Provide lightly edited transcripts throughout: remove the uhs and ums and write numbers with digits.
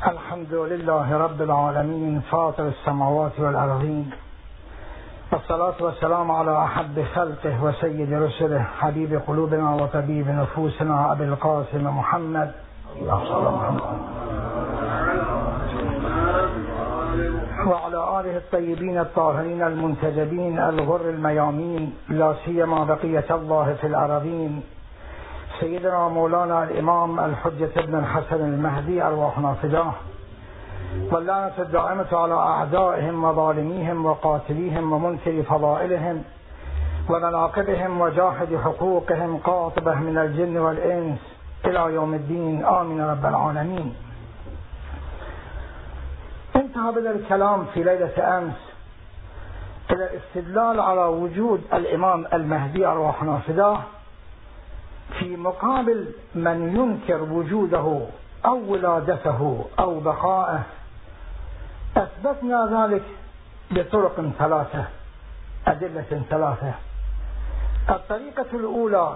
الحمد لله رب العالمين فاطر السماوات والأرضين، والصلاة والسلام على أحب خلقه وسيد رسله حبيب قلوبنا وطبيب نفوسنا أبي القاسم محمد وعلى آله الطيبين الطاهرين المنتجبين الغر الميامين، لا سيما بقية الله في الأراضين، سيدنا مولانا الإمام الحجة ابن الحسن المهدي أرواحنا فداه، واللعنة الدائمة على أعدائهم وظالميهم وقاتليهم ومنكر فضائلهم ومناقبهم وجاحد حقوقهم قاطبة من الجن والإنس إلى يوم الدين، آمين رب العالمين. انتهى بنا الكلام في ليلة أمس إلى الاستدلال على وجود الإمام المهدي أرواحنا فداه في مقابل من ينكر وجوده أو ولادته أو بقاءه. أثبتنا ذلك بطرق ثلاثة، أدلة ثلاثة. الطريقة الأولى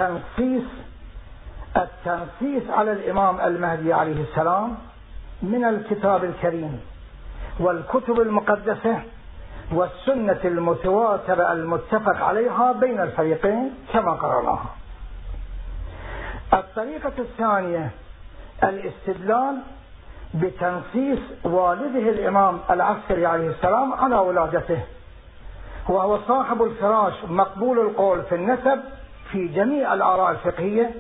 التنصيص على الإمام المهدي عليه السلام من الكتاب الكريم والكتب المقدسة والسنة المتواترة المتفق عليها بين الفريقين كما قررناها. الطريقة الثانية الاستدلال بتنصيص والده الإمام العسكري عليه السلام على ولادته، وهو صاحب الفراش مقبول القول في النسب في جميع الآراء الفقهية،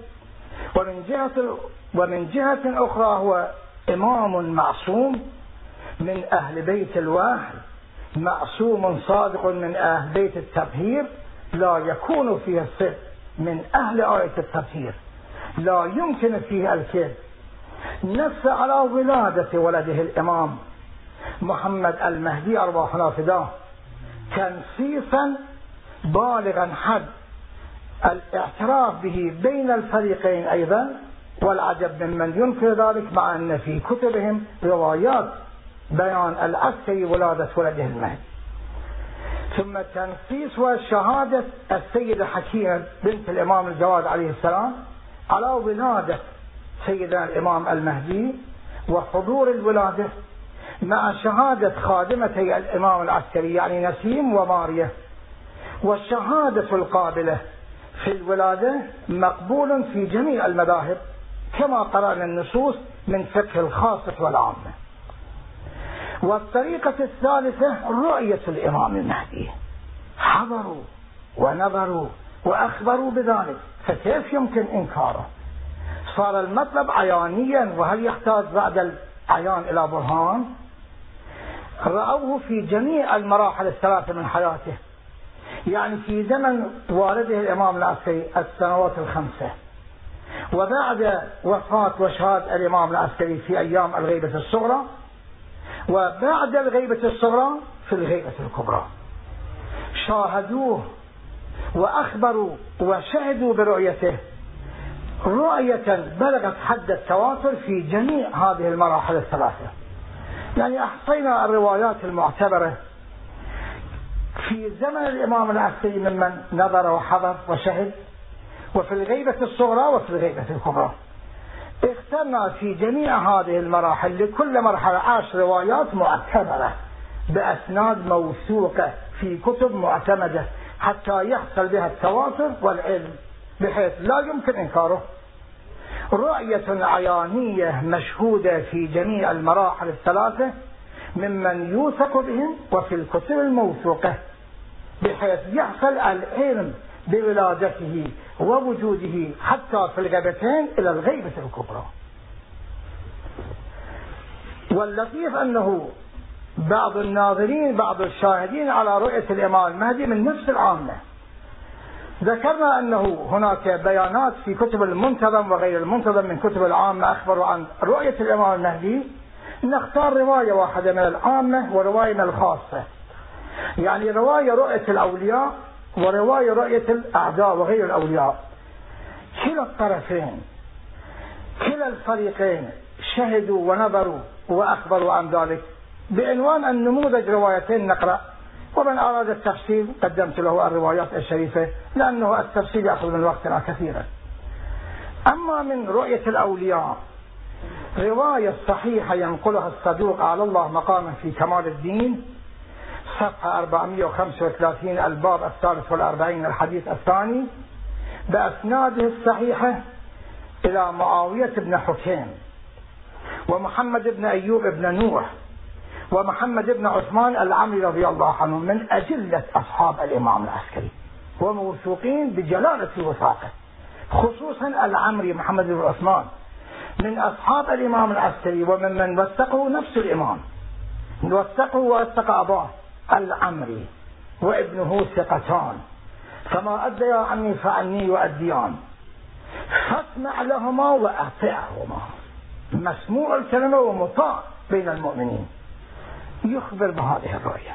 ومن جهة أخرى هو إمام معصوم من أهل بيت الوحي، معصوم صادق من أهل بيت التطهير، لا يكون فيه الصدق، من أهل آية التطهير، لا يمكن فيه الكذب. نص على ولادة ولده الإمام محمد المهدي أرواحنا فداه تنصيصا بالغا حد الاعتراف به بين الفريقين أيضا، والعجب ممن ينكر ذلك مع أن في كتبهم روايات بيان العسكري ولادة ولده المهدي. ثم التنصيص وشهادة السيدة حكيمة بنت الإمام الجواد عليه السلام على ولادة سيدنا الإمام المهدي وحضور الولادة، مع شهادة خادمتي الإمام العسكري يعني نسيم ومارية. والشهادة القابلة في الولادة مقبول في جميع المذاهب كما قرأنا النصوص من فقه الخاصة والعامة. والطريقة الثالثة رؤية الإمام المهدي، حضروا ونظروا وأخبروا بذلك، فكيف يمكن إنكاره؟ صار المطلب عيانيا، وهل يحتاج بعد العيان إلى برهان؟ رأوه في جميع المراحل الثلاثة من حياته، يعني في زمن والده الإمام العسكري السنوات الخمسة، وبعد وفاة وشهاد الإمام العسكري في أيام الغيبة الصغرى، وبعد الغيبة الصغرى في الغيبة الكبرى، شاهدوه وأخبروا وشهدوا برؤيته رؤية بلغت حد التواتر في جميع هذه المراحل الثلاثة. يعني أحصينا الروايات المعتبرة في زمن الإمام العسكري ممن نظر وحضر وشهد، وفي الغيبة الصغرى وفي الغيبة الكبرى. اخترنا في جميع هذه المراحل لكل مرحلة 10 روايات معتبرة بأسناد موثوقة في كتب معتمدة حتى يحصل بها التواتر والعلم بحيث لا يمكن إنكاره. رؤية عيانية مشهودة في جميع المراحل الثلاثة ممن يوثق بهم وفي الكتب الموثوقة بحيث يحصل العلم بولادته ووجوده حتى في الغيبتين إلى الغيبة الكبرى. واللطيف أنه بعض الناظرين بعض الشاهدين على رؤية الإمام المهدي من نفس العامة. ذكرنا أنه هناك بيانات في كتب المنتظم وغير المنتظم من كتب العامة أخبروا عن رؤية الإمام المهدي. نختار رواية واحدة من العامة ورواية من الخاصة، يعني رواية رؤية الأولياء ورواية رؤية الأعداء وغير الأولياء. كلا الطرفين كلا الفريقين شهدوا ونظروا وأخبروا عن ذلك بعنوان النموذج روايتين نقرأ، ومن أراد التفصيل قدمت له الروايات الشريفة لأنه التفصيل يأخذ من وقتنا كثيرا. أما من رؤية الأولياء رواية صحيحة ينقلها الصدوق على الله مقاما في كمال الدين، صفحة 435 الباب 43 الحديث الثاني، بأسناده الصحيحة إلى معاوية بن حكيم ومحمد بن أيوب بن نوح ومحمد بن عثمان العمري رضي الله عنهم من أجلة أصحاب الإمام العسكري وموثوقين بجلالة وثاقه، خصوصا العمري محمد بن عثمان من أصحاب الإمام العسكري وممن وثقه نفس الإمام، وثقه ووثق أباه العمري وابنه ثقتان، فما أديا عني فعني يؤديان، فاسمع لهما وأطعهما، مسموع الكلمة ومطاع بين المؤمنين. يخبر بهذه الرؤية.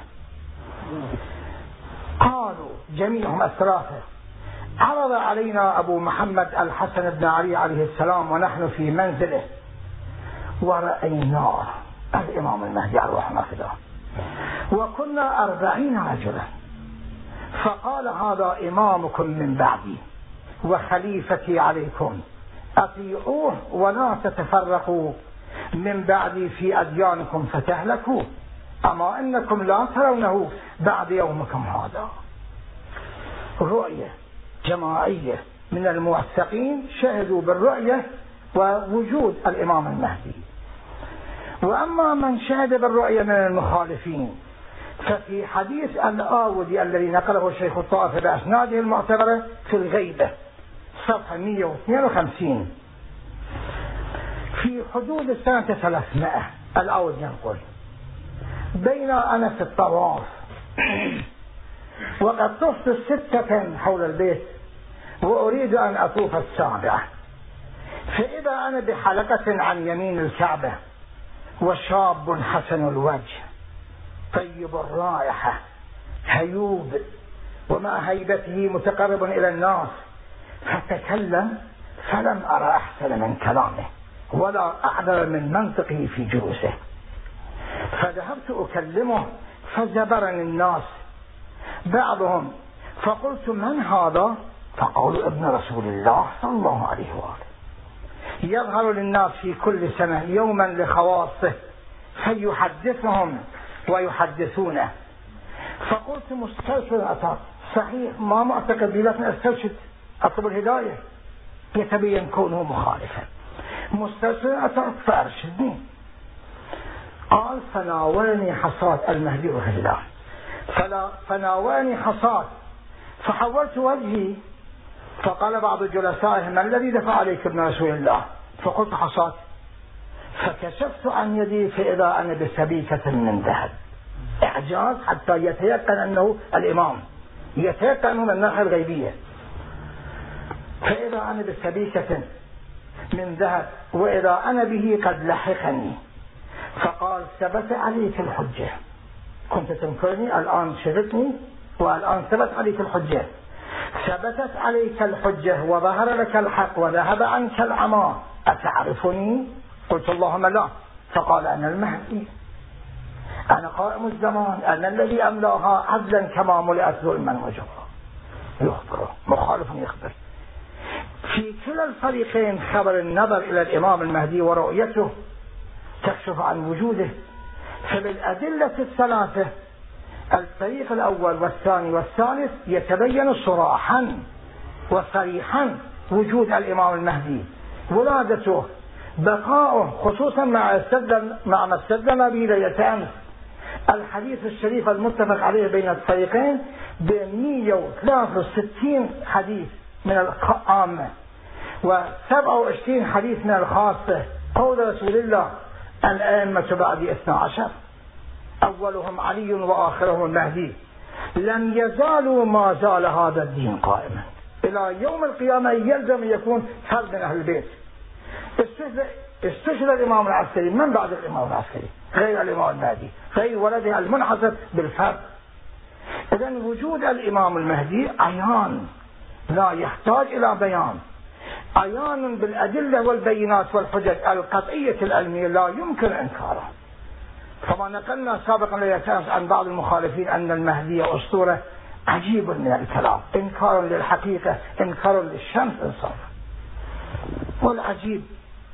قالوا جميعهم الثلاثة: عرض علينا أبو محمد الحسن بن علي عليه السلام ونحن في منزله ورأيناه الإمام المهدي عليه الرحمة الله، وكنا 40 رجلا، فقال: هذا إمامكم من بعدي وخليفتي عليكم، أطيعوه ولا تتفرقوا من بعدي في أديانكم فتهلكوا، أما إنكم لا ترونه بعد يومكم هذا. رؤية جماعية من الموثقين شهدوا بالرؤية ووجود الإمام المهدي. وأما من شهد بالرؤية من المخالفين ففي حديث الآودي الذي نقله الشيخ الطائفي بأسناده المعتبرة في الغيبة صفحة 152 في حدود السنة 300 الآودي ينقل: بين أنا في الطواف وقد طفت 6 حول البيت وأريد أن أطوف 7، فإذا أنا بحلقة عن يمين الكعبة وشاب حسن الوجه طيب الرائحة هيوب ومع هيبته متقرب إلى الناس، فتكلم فلم أرى أحسن من كلامه ولا أعذر من منطقه في جلوسه، فذهبت أكلمه فزبرني الناس بعضهم، فقلت: من هذا؟ فقالوا: ابن رسول الله صلى الله عليه وآله، يظهر للناس في كل سنة يوما لخواصه فيحدثهم ويحدثونه. فقلت: مسترشد أتى، صحيح ما معتقد بي لكن استرشد أطلب الهداية يتبين كونه مخالفا، مسترشد أتى فأرشدني. قال: فناولني حصاة المهدي رحمه الله، فناولني حصاة، فحولت وجهي فقال بعض جلسائه: ما الذي دفع عليك ابن رسول الله؟ فقلت: حصاة، فكشفت عن يدي فإذا أنا بسبيكة من ذهب، إعجاز حتى يتيقن أنه الإمام، يتيقن أنه من الناحية الغيبية، فإذا أنا بسبيكة من ذهب وإذا أنا به قد لحقني، فقال: ثبت عليك الحجة، كنت تنكرني الآن شغلتني والآن ثبت عليك الحجة، ثبتت عليك الحجة وظهر لك الحق وذهب عنك العمى، أتعرفني؟ قلت: اللهم لا. فقال: أنا المهدي، أنا قائم الزمان، أنا الذي أملاها عدلا كما ملئت ظلما وجورا. يخبره مخالف يخبر. في كلا الفريقين خبر النظر إلى الإمام المهدي ورؤيته تكشف عن وجوده. فبالأدلة الثلاثة الفريق الأول والثاني والثالث يتبين صراحا وصريحا وجود الإمام المهدي، ولادته، بقاؤه، خصوصا مع ما استدل به ليلة أمس الحديث الشريف المتفق عليه بين الفريقين ب 163 حديث من العامة و27 حديث من الخاصة. قول رسول الله: الأئمة بعد 12 أولهم علي وآخرهم المهدي، لم يزالوا ما زال هذا الدين قائما إلى يوم القيامة، يلزم يكون فرد من أهل البيت. استشهد الإمام العسكري من بعد الإمام العسكري غير الإمام المهدي، غير ولده المنحصر بالفرد. إذن وجود الإمام المهدي عيان لا يحتاج إلى بيان، عيان بالأدلة والبينات والحجج القطعية العلمية لا يمكن إنكاره. فما نقلنا سابقا ليتأمس عن بعض المخالفين أن المهدي أسطورة، عجيب من الكلام، إنكار للحقيقة، إنكار للشمس إنصاف. والعجيب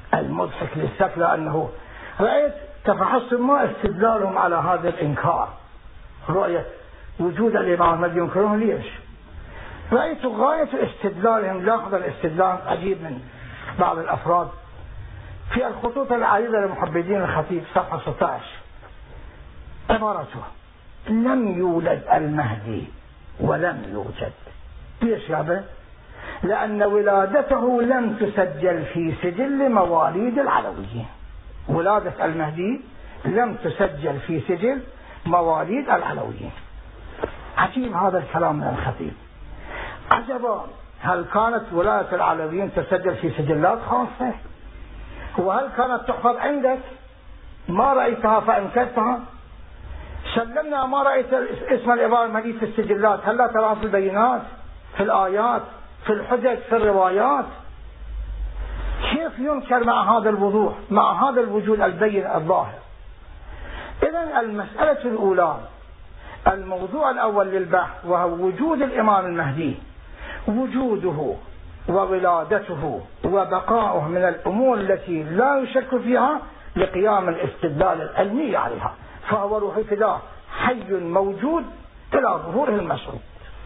المضحك للسفلى أنه رأيت تفحصتم ما استدلالهم على هذا الإنكار، رؤية وجود الإمام المهدي ينكرون ليش؟ رأيت غاية استدلالهم، لاحظ الاستدلال عجيب من بعض الأفراد في الخطوط العريضة لمحبدين الخطيب صفحة 16 عبارته: لم يولد المهدي ولم يوجد. ليش يا ابن؟ لأن ولادته لم تسجل في سجل مواليد العلويين. ولادة المهدي لم تسجل في سجل مواليد العلويين. عجيب هذا الكلام من الخطيب. عجبا، هل كانت ولاية العلويين تسجل في سجلات خاصة؟ وهل كانت تحفظ عندك؟ ما رأيتها فأنكرتها؟ سلمنا ما رأيت اسم الإمام المهدي في السجلات، هل لا تراه في البينات، في الآيات، في الحجج، في الروايات؟ كيف ينكر مع هذا الوضوح، مع هذا الوجود البين الظاهر؟ إذن المسألة الأولى، الموضوع الأول للبحث وهو وجود الإمام المهدي، وجوده وولادته وبقاؤه من الأمور التي لا يشك فيها لقيام الاستدلال العلمي عليها، فهو روح الفداء حي موجود إلى ظهوره المشروط.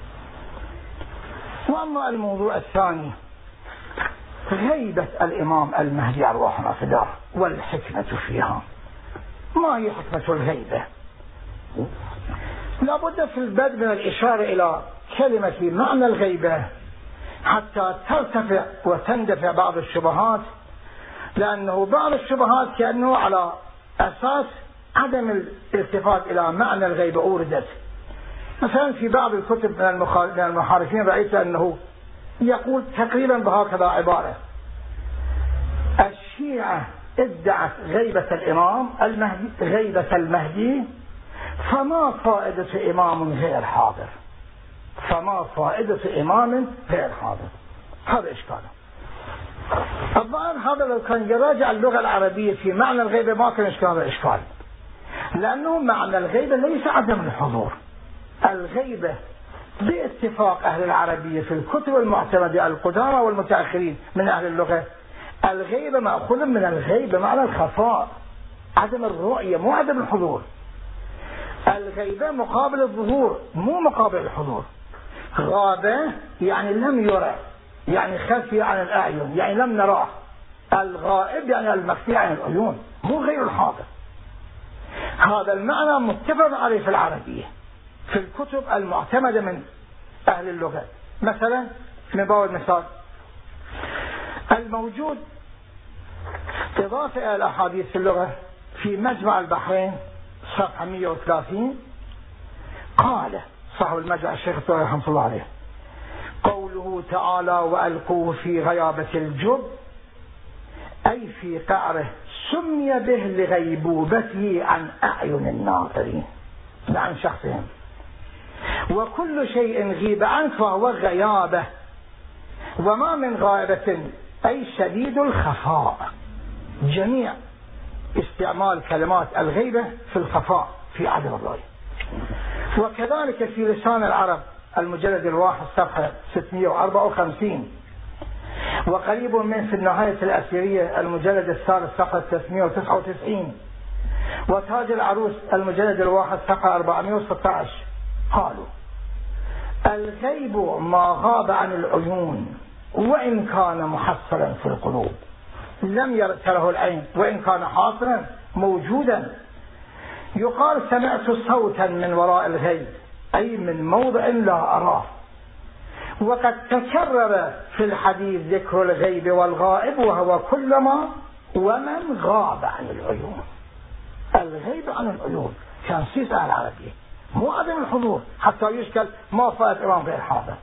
وأما الموضوع الثاني غيبة الإمام المهدي أرواحنا فداه والحكمة فيها. ما هي حكمة الغيبة؟ لابد في البدء من الإشارة إلى كلمة معنى الغيبة حتى ترتفع وتندفع بعض الشبهات، لأنه بعض الشبهات كأنه على أساس عدم الالتفات إلى معنى الغيبة أوردت. مثلا في بعض الكتب من المحارفين رأيت أنه يقول تقريبا بهكذا عبارة: الشيعة ادعت غيبة الإمام المهدي، غيبة المهدي، فما فائدة إمام غير حاضر، فما فائدة إمام غير حاضر. هذا إشكاله. الظاهر هذا لو كان يراجع اللغة العربية في معنى الغيبة ما كان إشكال، لأنه معنى الغيبة ليس عدم الحضور. الغيبة باتفاق أهل العربية في الكتب المعتمدة القدامى والمتأخرين من أهل اللغة، الغيبة مأخوذ من الغيبة معنى الخفاء، عدم الرؤية مو عدم الحضور. الغيبة مقابل الظهور مو مقابل الحضور. غابة يعني لم يرى، يعني خفي عن الأعين، يعني لم نراه. الغائب يعني المخفي عن العيون، مو غير الحاضر. هذا المعنى متفق عليه في العربية في الكتب المعتمدة من أهل اللغة. مثلا من باب المثال الموجود إضافة إلى الأحاديث في اللغة في مجمع البحرين صفحة 130 قال صاحب المجمع الشيخ الطويل رحمه الله عليه: قوله تعالى وألقوه في غيابة الجب، أي في قعره، سمي به لغيبوبته عن أعين الناظرين، عن شخصهم. وكل شيء غيب عنه فهو غيابة، وما من غائبة أي شديد الخفاء. جميع استعمال كلمات الغيبة في الخفاء، في عدم الرؤية. وكذلك في لسان العرب المجلد الواحد صفحة 654، وقريب من في النهاية الأثيرية المجلد الثالث صفحة 399، وتاج العروس المجلد الواحد صفحة 416 قالوا: الغيب ما غاب عن العيون وإن كان محصلا في القلوب، لم يرتله العين وإن كان حاصلا موجودا. يقال سمعت صوتا من وراء الغيب، أي من موضع لا أراه. وقد تكرر في الحديث ذكر الغيب والغائب، وهو كلما ومن غاب عن العيون. الغيب عن العيون كان سيس أهل العربية، مو عدم الحضور حتى يشكل ما فات إمام غير حاضر.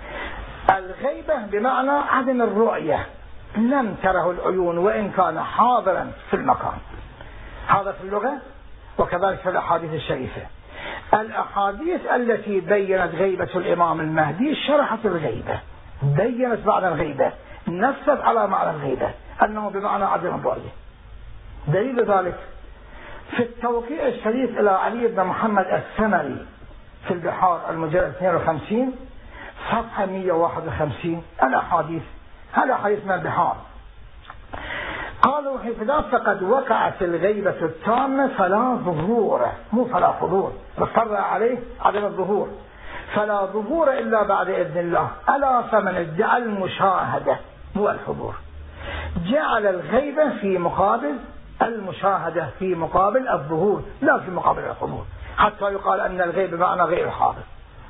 الغيبة بمعنى عدم الرؤية، لم تره العيون وإن كان حاضرا في المكان. هذا في اللغة. وكذلك في الأحاديث الشريفة، الأحاديث التي بينت غيبة الإمام المهدي شرحت الغيبة، بينت معنى الغيبة، نفست على معنى الغيبة أنه بمعنى عدم الرؤية. دليل ذلك في التوقيع الشريف إلى علي بن محمد السمري في البحار المجلد 52 صفحة 151 الأحاديث، هذا حديث من البحار. قال قال وحي فلان فقد وقعت الغيبة التامة فلا ظهور، مو فلا حضور، فصر عليه عدم الظهور، فلا ظهور إلا بعد إذن الله. ألا فمن ادعى المشاهدة مو الحضور جعل الغيبة في مقابل المشاهدة، في مقابل الظهور لا في مقابل الحضور، حتى يقال أن الغيب معنى غير حاضر.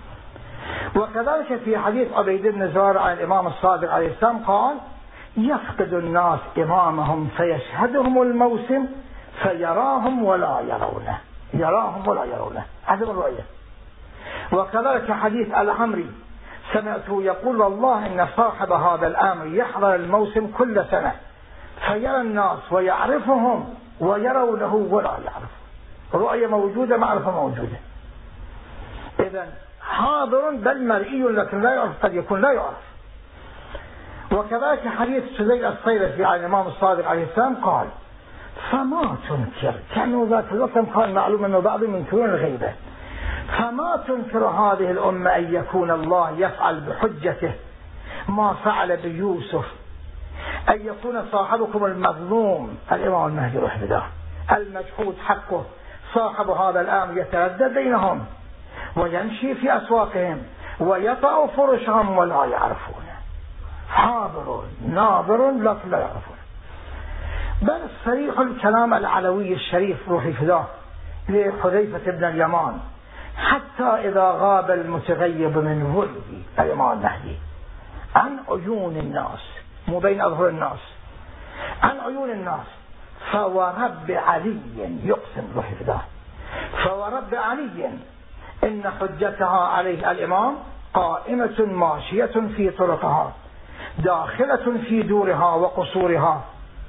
وكذلك في حديث عبيد بن زرار عن الإمام الصادق عليه السلام قال يفقد الناس إمامهم فيشهدهم الموسم فيراهم ولا يرونه، يراهم ولا يرونه، هذا الرؤية. وكذلك حديث العمري سمعته يقول والله إن صاحب هذا الأمر يحضر الموسم كل سنة فيرى الناس ويعرفهم ويرونه ولا يعرف، رؤية موجودة، معرفة موجودة. إذن حاضر بل مرئي لكن لا يعرف، قد يكون لا يعرف. وكذلك حديث سليل الصيرفي عن الإمام الصادق عليه السلام قال فما تنكر، كأنه ذات الوقت قال معلوم أنه بعض ينكرون الغيبة، فما تنكر هذه الأمة أن يكون الله يفعل بحجته ما فعل بيوسف، أن يكون صاحبكم المظلوم الإمام المهدي رحمه المجحود حقه صاحب هذا الأمر يتردد بينهم ويمشي في أسواقهم ويطأ فرشهم ولا يعرفون، حاضر ناظر لكن لا يعرفون. بل صريح الكلام العلوي الشريف روحي فداه لحذيفة بن اليمان حتى إذا غاب المتغيب من ولدي الإمام المهدي عن عيون الناس، مو بين أظهر الناس، عن عيون الناس، فورب علي يقسم روحي فداه، فورب علي إن حجتها عليه الإمام قائمة ماشية في طرقها داخلة في دورها وقصورها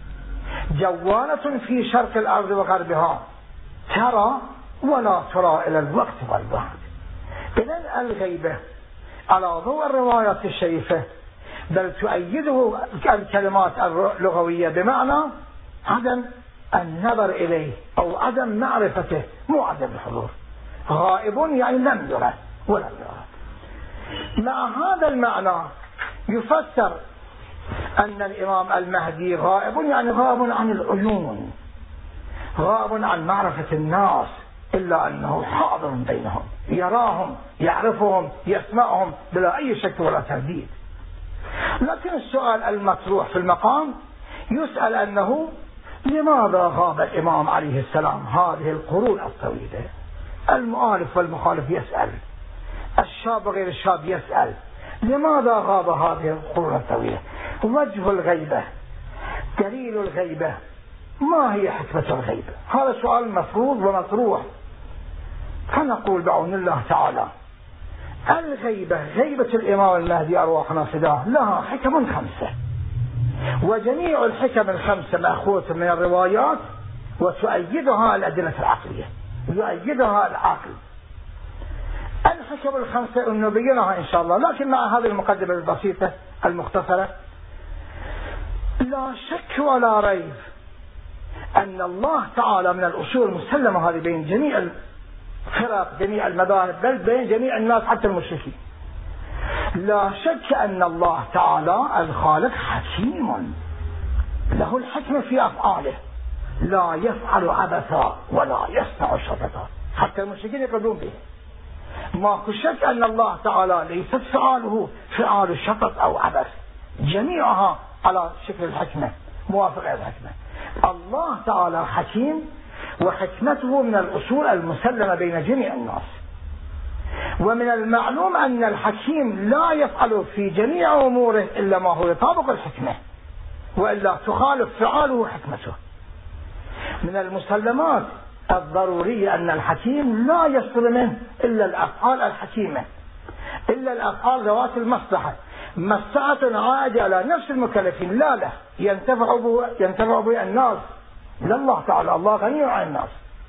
جوالة في شرق الأرض وغربها ترى ولا ترى إلى الوقت والبعد. إذن الغيبة على ضوء الروايات الشريفة بل تؤيده الكلمات اللغوية بمعنى عدم النظر إليه أو عدم معرفته، مو عدم الحضور. غائب يعني لم يرى ولم يرى. مع هذا المعنى يفسر أن الإمام المهدي غائب يعني غائب عن العيون، غائب عن معرفة الناس، إلا أنه حاضر بينهم يراهم يعرفهم يسمعهم بلا أي شك ولا ترديد. لكن السؤال المطروح في المقام يسأل أنه لماذا غاب الإمام عليه السلام هذه القرون الطويلة؟ المؤالف والمخالف يسأل، الشاب غير الشاب يسأل لماذا غاب هذه القرون الطويلة؟ وجه الغيبة، دليل الغيبة، ما هي حكمة الغيبة؟ هذا سؤال مفروض ومطروح. فنقول بعون الله تعالى الغيبة، غيبة الإمام المهدي أرواحنا فداه، لها حكم 5، وجميع الحكم 5 مأخوذة من الروايات وتؤيدها الأدلة العقلية، يؤيدها العقل. الحكم 5 نبينها إن شاء الله، لكن مع هذه المقدمة البسيطة المختصرة لا شك ولا ريب أن الله تعالى من الأصول المسلمة هذه بين جميع الفرق جميع المذاهب بل بين جميع الناس حتى المشركين، لا شك أن الله تعالى الخالق حكيم له الحكمة في أفعاله، لا يفعل عبثا ولا يصنع شططا، حتى المشركين يقولون به. ماكو شك أن الله تعالى ليست فعاله فعال شطط أو عبث، جميعها على شكل الحكمة موافقة الحكمة. الله تعالى حكيم وحكمته من الأصول المسلمة بين جميع الناس، ومن المعلوم أن الحكيم لا يفعل في جميع أموره إلا ما هو يطابق الحكمة، وإلا تخالف فعاله حكمته. من المسلمات الضرورية أن الحكيم لا يصدر منه إلا الأفعال الحكيمة، إلا الأفعال ذوات المصلحة، مصلحة عائدة على نفس المكلفين لا له ينتفع به الناس، لا الله تعالى، الله غني عن الناس.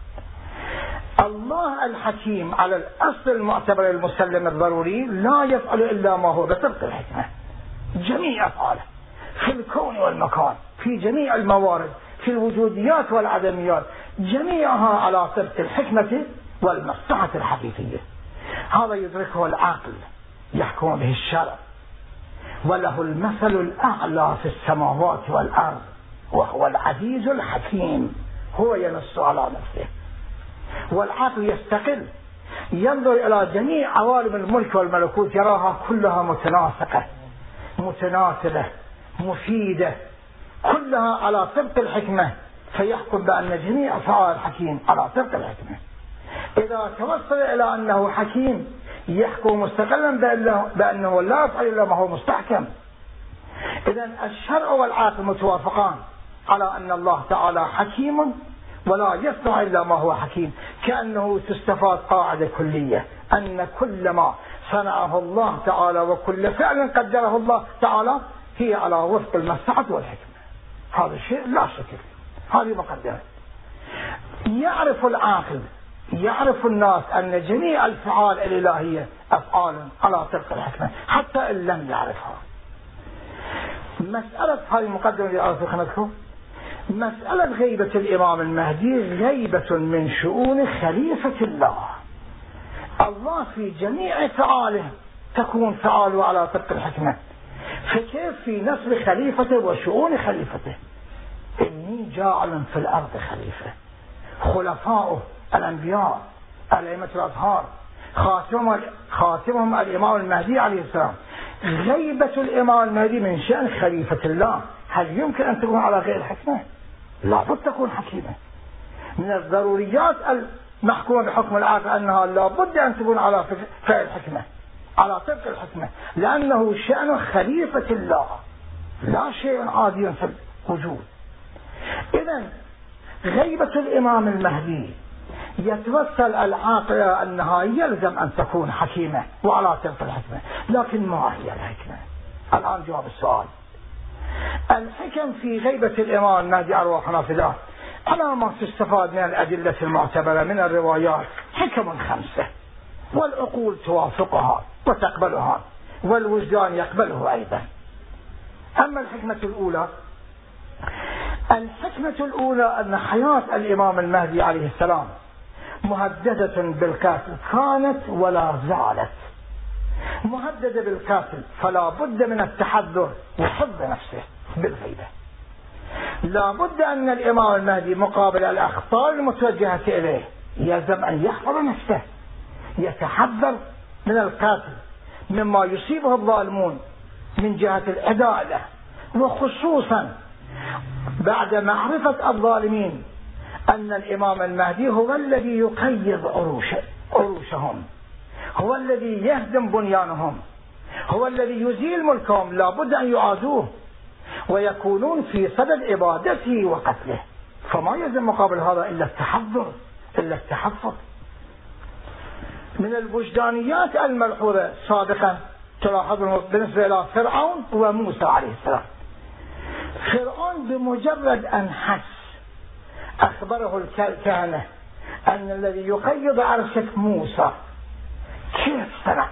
الله الحكيم على الأصل المعتبر المسلم الضروري لا يفعل إلا ما هو بطبق الحكمة، جميع أفعاله في الكون والمكان، في جميع الموارد، في الوجوديات والعدميات، جميعها على طبق الحكمة والمصلحة الحقيقية. هذا يدركه العقل يحكم به الشرع، وله المثل الأعلى في السماوات والأرض، وهو العزيز الحكيم، هو ينص على نفسه. والعقل يستقل، ينظر إلى جميع عوالم الملك والملكوت، يراها كلها متناسقة متناسبة مفيدة، كلها على طبق الحكمة، فيحكم بأن جميع أفعال الحكيم على طبق الحكمة. إذا توصل إلى أنه حكيم يحكم مستقلا بأنه لا يفعل إلا ما هو مستحكم. إذن الشرع والعقل متوافقان على أن الله تعالى حكيم ولا يصنع إلا ما هو حكيم، كأنه تستفاد قاعدة كلية أن كل ما صنعه الله تعالى وكل فعل قدره الله تعالى هي على وفق المصلحة والحكمة. هذا الشيء لا شك فيه، هذه مقدمة. يعرف العاقل، يعرف الناس أن جميع الأفعال الإلهية أفعال على طبق الحكمة حتى إن لم يعرفها. مسألة هذه المقدمة اللي أعرف خلقكم، مسألة غيبة الإمام المهدي غيبة من شؤون خليفة الله. الله في جميع فعاله تكون فعاله على طبق الحكمة، فكيف في نصب خليفته وشؤون خليفته؟ إني جاعل في الأرض خليفة. خلفاؤه الأنبياء الأئمة الأطهار خاتمهم الإمام المهدي عليه السلام. غيبة الإمام المهدي من شأن خليفة الله، هل يمكن أن تكون على غير الحكمة؟ لابد تكون حكيمة. من الضروريات المحكومة بحكم العقل أنها لابد أن تكون على فعل الحكمة، على طبق الحكمة، لأنه شأن خليفة الله لا شيء عادي في الوجود. إذن غيبة الإمام المهدي يتوصل العاقل أنها يلزم أن تكون حكيمة وعلى طبق الحكمة، لكن ما هي الحكمة؟ الآن جواب السؤال. الحكم في غيبة الإمام المهدي أرواحنا فداه على ما تستفاد من الأدلة المعتبرة من الروايات حكم 5، والعقول توافقها وتقبلها، والوجدان يقبله أيضا. أما الحكمة الأولى، الحكمة الأولى أن حياة الإمام المهدي عليه السلام مهددة بالقتل، كانت ولا زالت مهددة بالقتل، فلا بد من التحذر وحفظ نفسه بالغيبة. لا بد أن الإمام المهدي مقابل الأخطار المتوجهة إليه يلزم أن يحفظ نفسه، يتحذر من القتل مما يصيبه الظالمون من جهة الإعداء له، وخصوصا بعد معرفة الظالمين أن الإمام المهدي هو الذي يقيض عروشهم، هو الذي يهدم بنيانهم، هو الذي يزيل ملكهم. لا بد أن يعادوه ويكونون في صدد عبادته وقتله، فما يلزم مقابل هذا إلا التحذر إلا التحفظ. من الوجدانيات الملحوظة سابقا تلاحظون بالنسبة إلى فرعون وموسى عليه السلام. فرعون بمجرد أن حس أخبره الكهنة أن الذي يقيض عرشة موسى، كيف صنع؟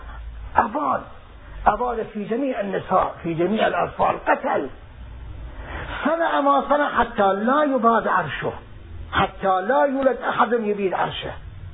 أباد في جميع النساء في جميع الأطفال، قتل، صنع ما صنع حتى لا يباد عرشه، حتى لا يولد أحد يبيد عرشه.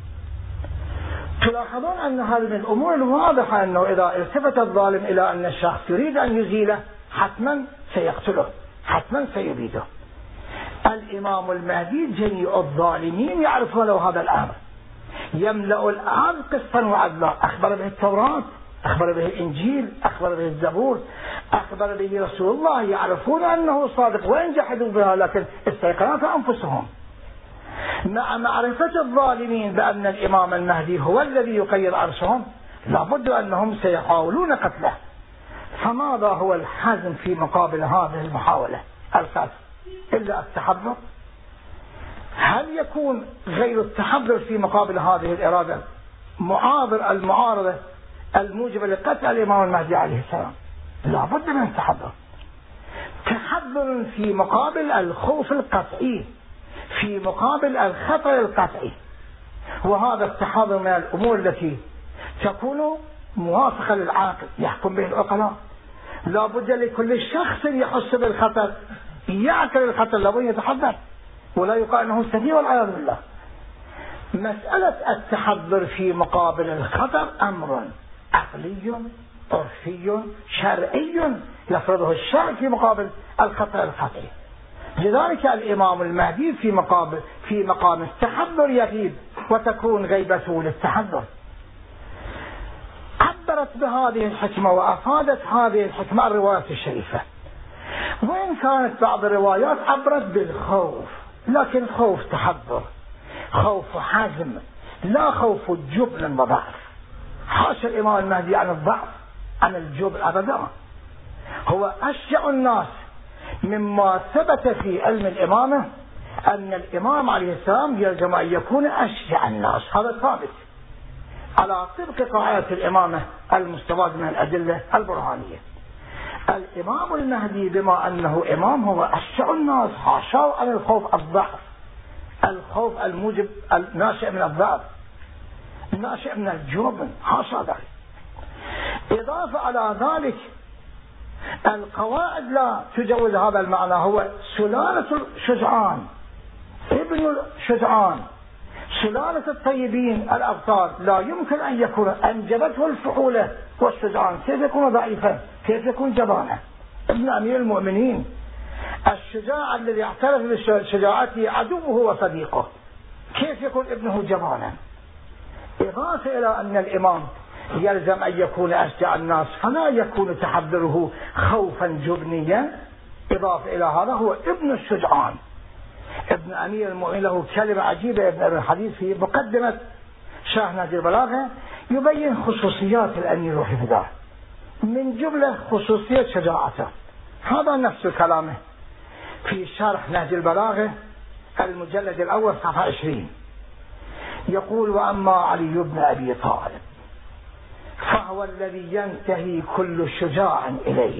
تلاحظون أن هذه من الأمور الواضحة أنه إذا التفت الظالم إلى أن الشخص يريد أن يزيله حتما سيقتله، حتما سيبيده. الإمام المهدي جميع الظالمين يعرفون له هذا الأمر، يملأ الأرض قسطا وعدلا. أخبر به التوراة، أخبر به الإنجيل، أخبر به الزبور، أخبر به رسول الله، يعرفون أنه صادق وإن جحدوا بها لكن استيقنت أنفسهم. مع معرفة الظالمين بأن الإمام المهدي هو الذي يقيض عرشهم لابد أنهم سيحاولون قتله. فماذا هو الحزم في مقابل هذه المحاولة القتل إلا التحذر؟ هل يكون غير التحذر في مقابل هذه الإرادة المعارضة الموجبة لقتل الإمام المهدي عليه السلام؟ لا بد من التحذر. تحذر في مقابل الخوف القطعي، في مقابل الخطر القطعي، وهذا التحذر من الأمور التي تكون موافقة للعاقل يحكم به العقلاء. لا بد لكل شخص يحس بالخطر يعقل الخطر لابد يتحذر، ولا يقال أنه سفيه والعياذ بالله. مسألة التحذر في مقابل الخطر أمر عقلي عرفي شرعي يفرضه الشرع في مقابل الخطر القطعي. لذلك الإمام المهدي في مقام التحذر يغيب، وتكون غيبته للتحذر. عبرت بهذه الحكمة وأفادت هذه الحكمة الروايات الشريفة، وإن كانت بعض الروايات عبرت بالخوف، لكن خوف تحذر، خوف حزم، لا خوف جبن وضعف. حاشا الإمام المهدي عن الضعف عن الجبن أبدا، هو أشجع الناس. مما ثبت في علم الإمامة أن الإمام عليه السلام يلزم أن يكون أشجع الناس، هذا ثابت على طبق قاعدة الإمامة المستفاد من الأدلة البرهانية. الإمام المهدي بما أنه إمام هو أشجع الناس، حاشا عن الخوف الضعف، الخوف الموجب الناشئ من الضعف، الناشئ من الجبن، حاشا ذلك. إضافة على ذلك القواعد لا تجوز هذا المعنى. هو سلالة الشجعان، ابن الشجعان، سلالة الطيبين الأبطال، لا يمكن أن يكون أنجبته الفحولة والشجعان. كيف يكون ضعيفا؟ كيف يكون جبانا؟ ابن أمير المؤمنين الشجاع الذي اعترف بشجاعته عدوه وصديقه، كيف يكون ابنه جبانا؟ إضافة إلى أن الإمام يلزم أن يكون أشجع الناس، فلا يكون تحذره خوفا جبنيا. إضافة إلى هذا هو ابن الشجعان، ابن أمير المؤمنين. له كلمة عجيبة ابن أبي الحديث في مقدمة شرح نهج البلاغة يبين خصوصيات الأمير وحفظه، من جملة خصوصية شجاعته. هذا نفس كلامه في شرح نهج البلاغة المجلد الأول صفحة 20، يقول: وأما علي بن أبي طالب فهو الذي ينتهي كل شجاع إليه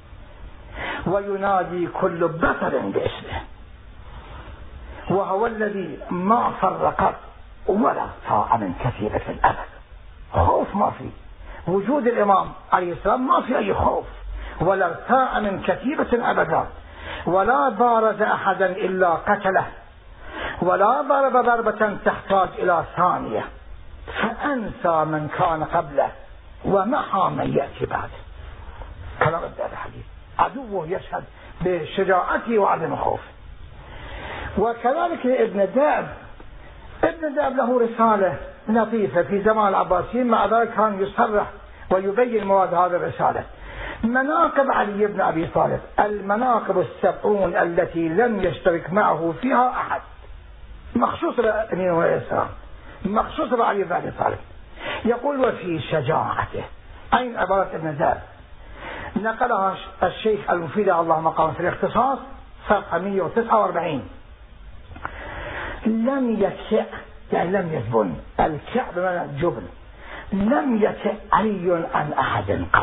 وينادي كل بطل باسمه، وهو الذي ما فرق ولا طاع من كثيرة الأبد. خوف ما في وجود الإمام عليه السلام، ما في أي خوف ولا ارتاع من كثيرة أبدا، ولا بارز أحدا إلا قتله، ولا ضرب ضربة تحتاج إلى ثانية، فأنسى من كان قبله ومحى من يأتي بعده. كلام ابن الحديث. عدوه يشهد بشجاعته وعدم خوفه. وكذلك ابن داب له رسالة لطيفة في زمان العباسيين، مع ذلك كان يصرح ويبين مواد هذه الرسالة. مناقب علي بن أبي طالب، المناقب 70 التي لم يشترك معه فيها أحد، مخصوص لأمير الإسلام، مخصوص لعلي بن أبي طالب. يقول: وفي شجاعته، أين عبارة ابن داب؟ نقلها الشيخ المفيد الله مقام في الاختصاص صفحة 149. لم يكع، يعني لم يجبن، الكع بمعنى الجبن، لم يكع علي عن أحد قط،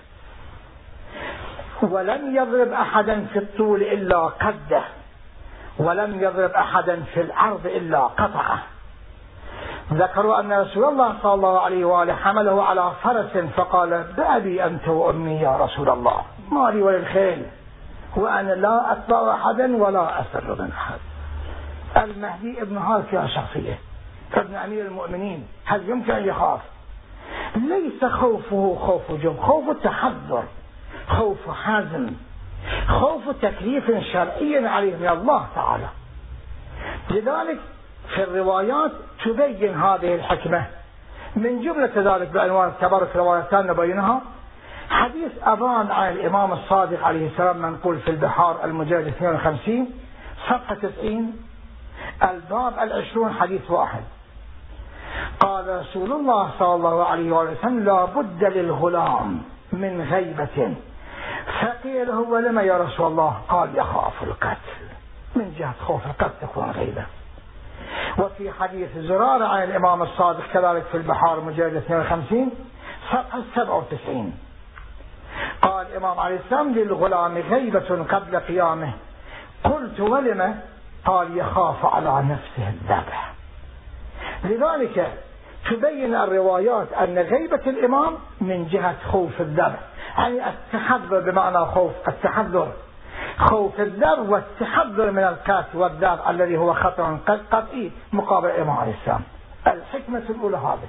ولم يضرب أحدا في الطول إلا قده، ولم يضرب أحدا في العرض إلا قطعه. ذكروا أن رسول الله صلى الله عليه وآله حمله على فرس فقال: بأبي أنت وأمي يا رسول الله، ما لي وللخيل، وأنا لا أتبع أحدا ولا أسر من أحد. المهدي ابن هذه شخصية، ابن أمير المؤمنين، هل يمكن أن يخاف؟ ليس خوفه خوف جبن، خوف تحذر، خوف حزم، خوف تكليف شرعي عليه من الله تعالى. لذلك في الروايات تبين هذه الحكمة، من جملة ذلك بعنوان تبارك روايتان نبينها حديث أبان عن الإمام الصادق عليه السلام منقول في البحار المجلد 52 صفحة 90 الباب 20 حديث 1. قال رسول الله صلى الله عليه وسلم: لا بد للغلام من غيبة. فقيل: هو لما يا رسول الله؟ قال: يخاف القتل، من جهة خوف القتل تكون غيبة. وفي حديث زرارة عن الإمام الصادق كذلك في البحار مجلد 52 صفحة 97 قال الإمام عليه السلام: للغلام غيبة قبل قيامه. قلت: ولم؟ قال: يخاف على نفسه الذبح. لذلك تبين الروايات أن غيبة الإمام من جهة خوف الذبح، يعني التحذر بمعنى خوف التحذر، خوف الذبح والتحذر من القتل والذبح الذي هو خطر قطعي مقابل الإمام عليه السلام. الحكمة الأولى هذه.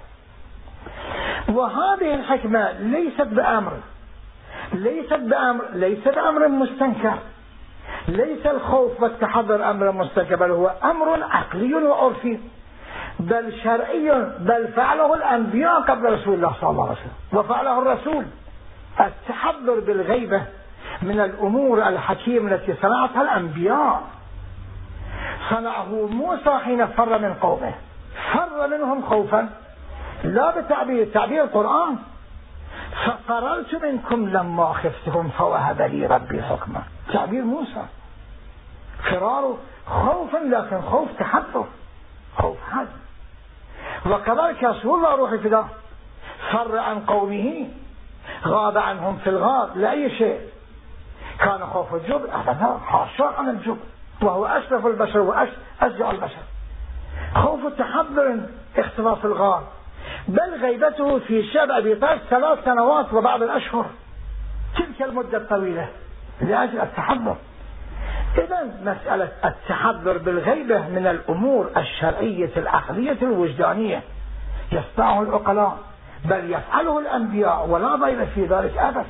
وهذه الحكمة ليست بأمر مستنكر، ليس الخوف والتحضر أمر مستقبل، هو أمر عقلي وعرفي بل شرعي، بل فعله الأنبياء قبل رسول الله صلى الله عليه وسلم وفعله الرسول. التحضر بالغيبة من الأمور الحكيمة التي صنعتها الأنبياء. صنعه موسى حين فر من قومه، فر منهم خوفا لا بتعبير القرآن، ففررت منكم لما خفتهم فوهب لي ربي حكما. تعبير موسى، فراره خوفا لكن خوف تحضر، خوف حزم. وكذلك رسول الله روح فداه فر عن قومه، غاب عنهم في الغار لأي شيء. كان خوف الجبن؟ أبدا، حاشا عن الجبن، وهو أشرف البشر وأشجع البشر. خوف التحضر اختلاف الغار، بل غيبته في شعب أبي طالب 3 سنوات وبعض الأشهر، تلك المدة الطويلة لأجل التحضر. إذن مسألة التحضر بالغيبة من الأمور الشرعية العقلية الوجدانية يصنعه العقلاء، بل يفعله الأنبياء ولا ريب في ذلك أبدا.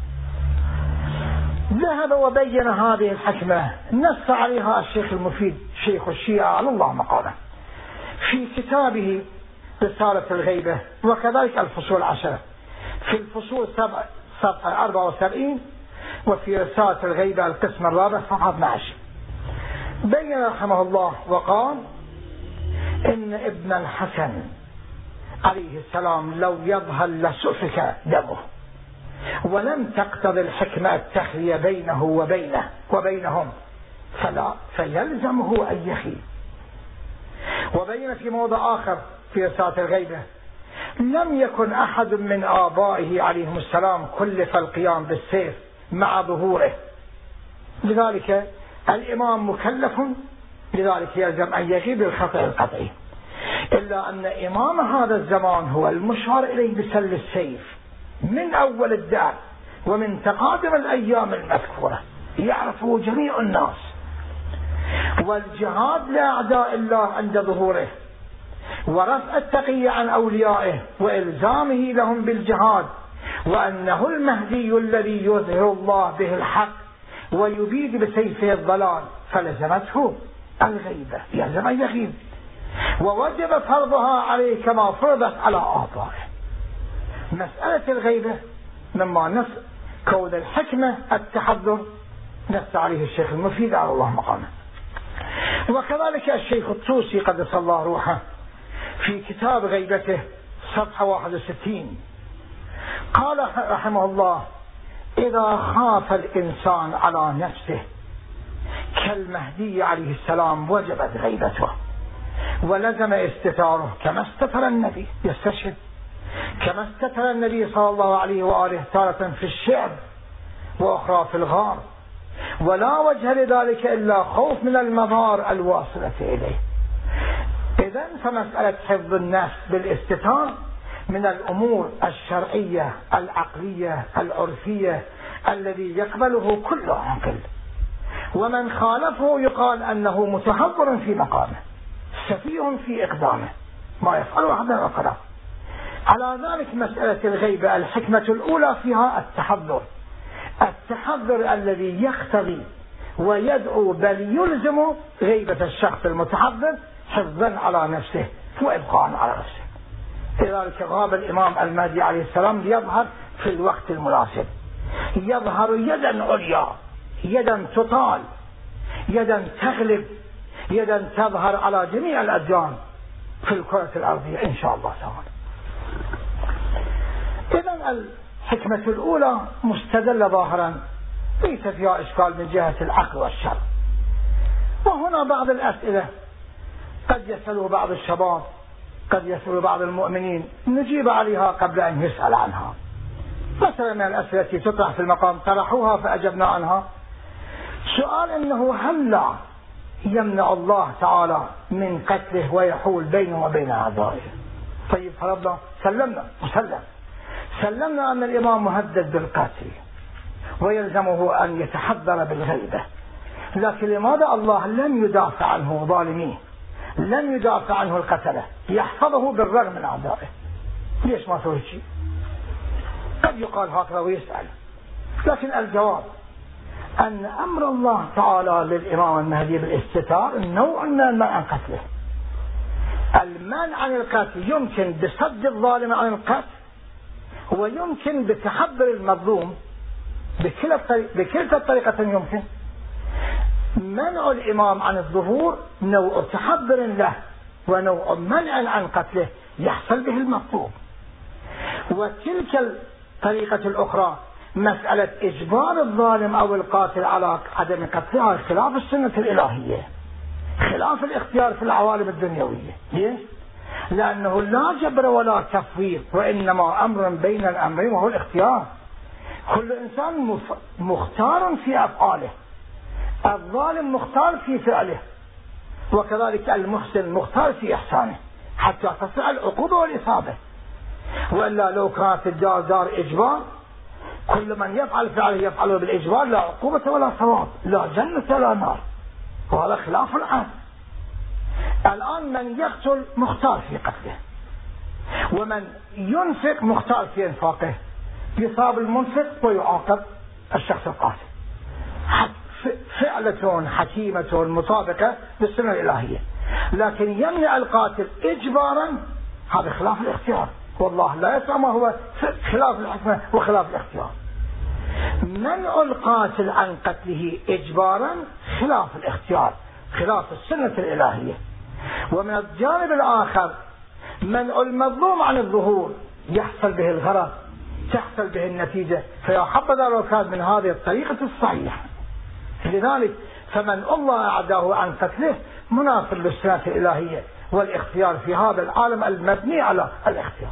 ذهب وبين هذه الحكمة، نص عليها الشيخ المفيد شيخ الشيعة على الله مقاله في كتابه رسالة الغيبة، وكذلك الفصول 10 في الفصول 7 صفحة 74، وفي رسالة الغيبة القسم الرابع صفحة 12. بين رحمه الله وقال إن ابن الحسن عليه السلام لو يظهر لسفك دمه، ولم تقتضي الحكمة التخلية بينه وبينهم فيلزمه أن يخي. وبين في موضع آخر في رسالة الغيبة لم يكن أحد من آبائه عليهم السلام كلف القيام بالسيف مع ظهوره، لذلك الإمام مكلف، لذلك يلزم أن يغيب بالخطأ القطعي. إلا أن إمام هذا الزمان هو المشار إليه بسل السيف من أول الدار ومن تقادم الأيام المذكورة، يعرفه جميع الناس. والجهاد لأعداء الله عند ظهوره، ورفع التقي عن أوليائه وإلزامه لهم بالجهاد، وأنه المهدي الذي يظهر الله به الحق ويبيد بسيفه الضلال، فلزمته الغيبة، يلزم أن يغيب، ووجب فرضها عليه كما فرضت على آبائه. مسألة الغيبة مما نص كون الحكمة التحضر نص عليه الشيخ المفيد على الله مقامه. وكذلك الشيخ الطوسي قدس الله روحه في كتاب غيبته صفحة 61 قال رحمه الله: إذا خاف الإنسان على نفسه كالمهدي عليه السلام وجبت غيبته ولزم استتاره، كما استتر النبي، يستشهد كما استتر النبي صلى الله عليه وآله تارة في الشعب وأخرى في الغار، ولا وجه لذلك إلا خوف من المضار الواصلة إليه. إذن فمسألة حفظ النفس بالاستتار من الأمور الشرعية العقلية العرفية الذي يقبله كل عاقل، ومن خالفه يقال أنه متهور في مقامه، سفيه في إقدامه، ما يفعله أحد العقلاء. على ذلك مسألة الغيبة الحكمة الأولى فيها التحضر الذي يقتضي ويدعو بل يلزم غيبة الشخص المتحضر حفظا على نفسه وإبقاء على نفسه. لذلك غاب الإمام المهدي عليه السلام ليظهر في الوقت المناسب، يظهر يدا عليا، يدا تطال، يدا تغلب، يدا تظهر على جميع الأديان في الكرة الأرضية إن شاء الله تعالى. إذن الحكمة الأولى مستدلة ظاهرا، ليس فيها إشكال من جهة العقل والشرع. وهنا بعض الأسئلة قد يسأله بعض الشباب، قد يسأل بعض المؤمنين، نجيب عليها قبل أن يسأل عنها. مثلا من الأسئلة التي تطرح في المقام طرحوها فأجبنا عنها. سؤال إنه هل لا يمنع الله تعالى من قتله ويحول بينه وبين أعدائه؟ طيب فرضنا سلمنا أن الإمام مهدد بالقتل ويلزمه أن يتحضر بالغيبة، لكن لماذا الله لم يدافع عنه ظالميه، لم يدافع عنه القتلة، يحفظه بالرغم من أعدائه؟ ليش ما سوى شيء؟ قد يقال هكذا ويسأل، لكن الجواب أن أمر الله تعالى للإمام المهدي بالاستتار نوع من المنع عن قتله. المنع عن القتل يمكن بصد الظالم عن القتل، ويمكن بتحضر المظلوم، بكلتا الطريقة يمكن. منع الإمام عن الظهور نوع تحضر له ونوع منع عن قتله يحصل به المطلوب. وتلك الطريقة الأخرى مسألة إجبار الظالم أو القاتل على عدم قتلها خلاف السنة الإلهية، خلاف الاختيار في العوالم الدنيوية. ليش؟ لأنه لا جبر ولا تفويض، وإنما أمر بين الأمرين وهو الاختيار. كل إنسان مختار في أفعاله، الظالم مختار في فعله، وكذلك المحسن مختار في إحسانه حتى تصل العقوبة والإصابة. وإلا لو كانت الدار دار إجبار كل من يفعل فعله يفعله بالإجبار، لا عقوبة ولا ثواب، لا جنة ولا نار، وهذا خلاف العادة. الآن من يقتل مختار في قتله، ومن ينفق مختار في إنفاقه، يصاب المنفق ويعاقب الشخص القاتل. فعلة حكيمة مطابقة للسنة الإلهية. لكن يمنع القاتل إجبارا هذا خلاف الاختيار، والله لا يسمع ما هو خلاف الحكمة وخلاف الاختيار. منع القاتل عن قتله إجبارا خلاف الاختيار، خلاف السنة الإلهية. ومن الجانب الآخر منع المظلوم عن الظهور يحصل به الغرض، تحصل به النتيجة، فيا حبذا لو كان من هذه الطريقة الصحيحة. لذلك فمن الله أعداه عن قتله منافر للسنة الإلهية والاختيار في هذا العالم المبني على الاختيار.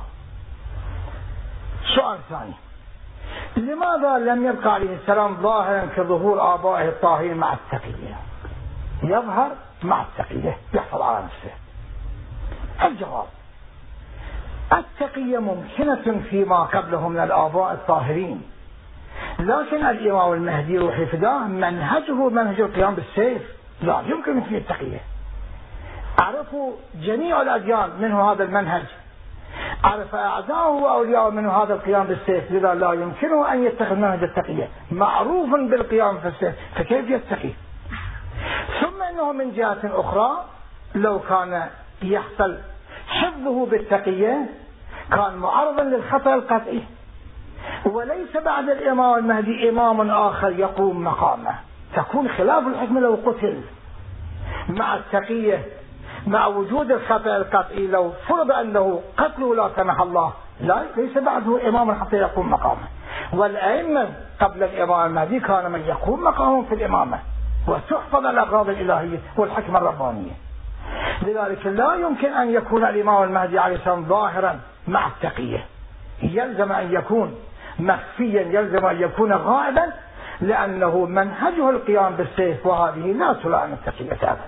سؤال ثاني: لماذا لم يبقى عليه السلام ظاهرا كظهور آبائه الطاهرين مع التقية؟ يظهر مع التقية، يحفظ على نفسه. الجواب: التقية ممكنة فيما قبله من الآباء الطاهرين، لكن الإمام المهدي روح فداه منهجه منهج القيام بالسيف، لا يمكن فيه التقية. عرفوا جميع الأديان منه هذا المنهج، عرف أعداؤه وأولياءه منه هذا القيام بالسيف، لذا لا يمكنه أن يتخذ منهج التقية، معروف بالقيام في السيف، فكيف يتقي؟ ثم أنه من جهة أخرى لو كان يحصل حفظه بالتقية كان معرضا للخطأ القطعي، وليس بعد الإمام المهدي إمام آخر يقوم مقامه، تكون خلاف الحكم لو قتل مع التقية مع وجود الخطأ القطعي. لو فرض أنه قتله لا سمح الله، لا ليس بعده إمام حتى يقوم مقامه. والأئمة قبل الإمام المهدي كان من يقوم مقامه في الإمامة وتحفظ الأغراض الإلهية والحكمة الربانية. لذلك لا يمكن أن يكون الإمام المهدي عليه السلام ظاهرا مع التقية، يلزم أن يكون مخفيا، يلزم أن يكون غائبا، لأنه منهجه القيام بالسيف، وهذه لا تلائم التقية أبدا.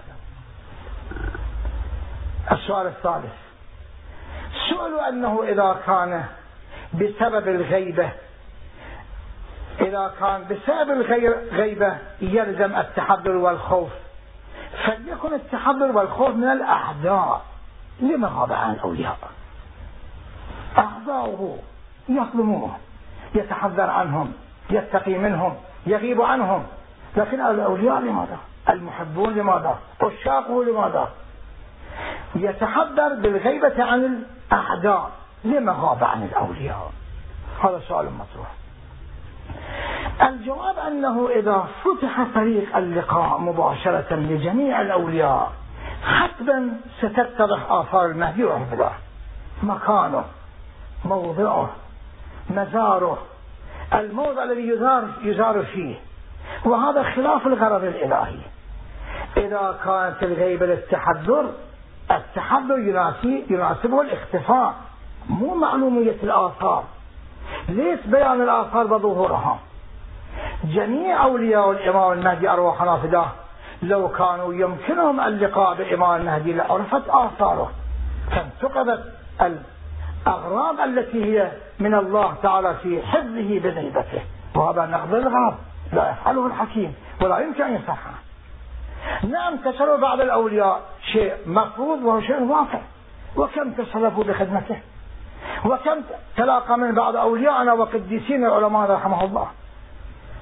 السؤال الثالث: سؤال أنه إذا كان بسبب الغيبة، إذا كان بسبب الغيبة يلزم التحضر والخوف، فليكن التحضر والخوف من الأعداء، لما غاب عن الأولياء؟ أعداؤه يظلموه، يتحذر عنهم، يتقي منهم، يغيب عنهم، لكن الأولياء لماذا؟ المحبون لماذا؟ عشاقه لماذا؟ يتحذر بالغيبة عن الأعداء، لما غاب عن الأولياء؟ هذا سؤال مطروح. الجواب أنه إذا فتح طريق اللقاء مباشرة لجميع الأولياء حتما ستتضح آثار المهدي وحفظه، مكانه، موضعه، مزاره، الموضع الذي يزار فيه، وهذا خلاف الغرض الإلهي. إذا كانت الغيبة للتحذر، التحذر يناسبه الاختفاء، مو معلومية الآثار. ليس بيان الآثار وظهورها؟ جميع أولياء الإمام المهدي أرواحنا فداه لو كانوا يمكنهم اللقاء بالإمام المهدي لعرفت آثاره، فانتقبت الأغراض التي هي من الله تعالى في حفظه بغيبته، وهذا نقض الغرض لا يفعله الحكيم ولا يمكن أن يصحه. نعم تسلوا بعض الأولياء شيء مفروض وهو شيء واقع، وكم تسلفوا بخدمته، وكم تلاقى من بعض أولياءنا وقديسين العلماء رحمه الله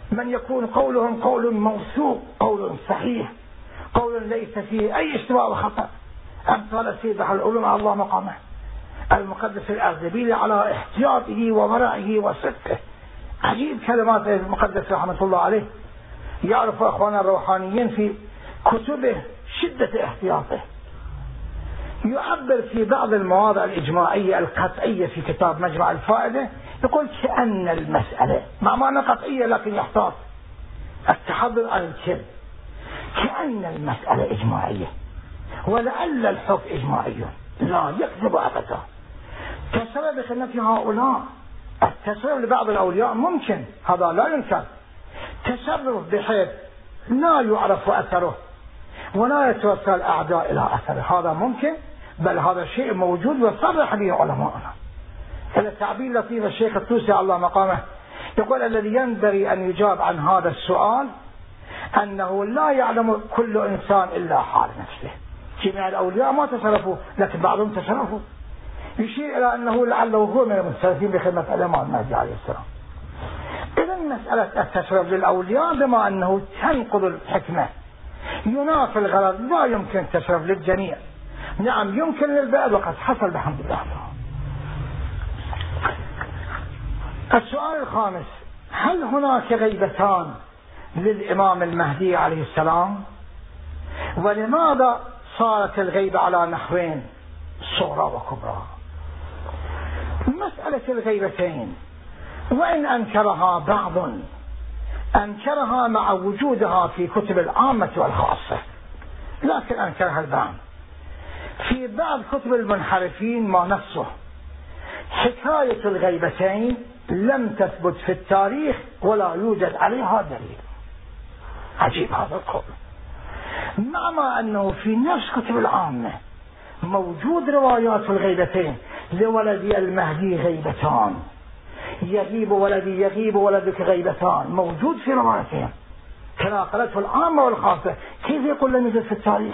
من يكون قولهم قول موثوق، قول صحيح، قول ليس فيه أي اشتباه وخطأ، أمثال السيد بحر العلوم على الله مقامه المقدس الأردبيلي على احتياطه وورعه وصدقه. عجيب كلمات المقدس رحمة الله عليه، يعرف أخوانا الروحانيين في كتبه شدة احتياطه. يعبر في بعض المواضع الإجماعية القطعية في كتاب مجمع الفائدة، يقول كأن المسألة مع معنى قطعية لكن يحتاط التحضر عن الكذب، كأن المسألة إجماعية ولعل الحكم إجماعي، لا يكذب أبدا. تسبب بخدمة هؤلاء التسبب لبعض الأولياء ممكن، هذا لا ينكر، تسبب بحيث لا يعرف أثره ولا يتوصل الأعداء إلى أثره، هذا ممكن، بل هذا شيء موجود وصرح به علماءنا. إلى تعبير لطيف الشيخ الطوسي على الله مقامه يقول الذي ينبغي أن يجاب عن هذا السؤال أنه لا يعلم كل إنسان إلا حال نفسه. جميع الأولياء ما تصرفوا لكن بعضهم تصرفوا، يشير إلى أنه لعله هو من المتصرفين بخدمة الإمام المهدي عليه السلام. إذا مسألة التصرف للأولياء بما أنه تنقض الحكمة ينافي الغرض، لا يمكن التصرف للجميع. نعم يمكن للبعض وقد حصل بحمد الله. السؤال الخامس: هل هناك غيبتان للإمام المهدي عليه السلام؟ ولماذا صارت الغيبة على نحوين صغرى وكبرى؟ مسألة الغيبتين وإن أنكرها بعض أنكرها مع وجودها في كتب العامة والخاصة، لكن أنكرها البعض. في بعض كتب المنحرفين ما نفسه حكاية الغيبتين لم تثبت في التاريخ ولا يوجد عليها دليل. عجيب هذا القول، مع أنه في نفس كتب العامة موجود روايات في الغيبتين. لولدي المهدي غيبتان، يغيب ولدي يغيب ولدك غيبتان، موجود في روايتين تناقلته العامة والخاصة. كيف يقول لم يوجد في التاريخ؟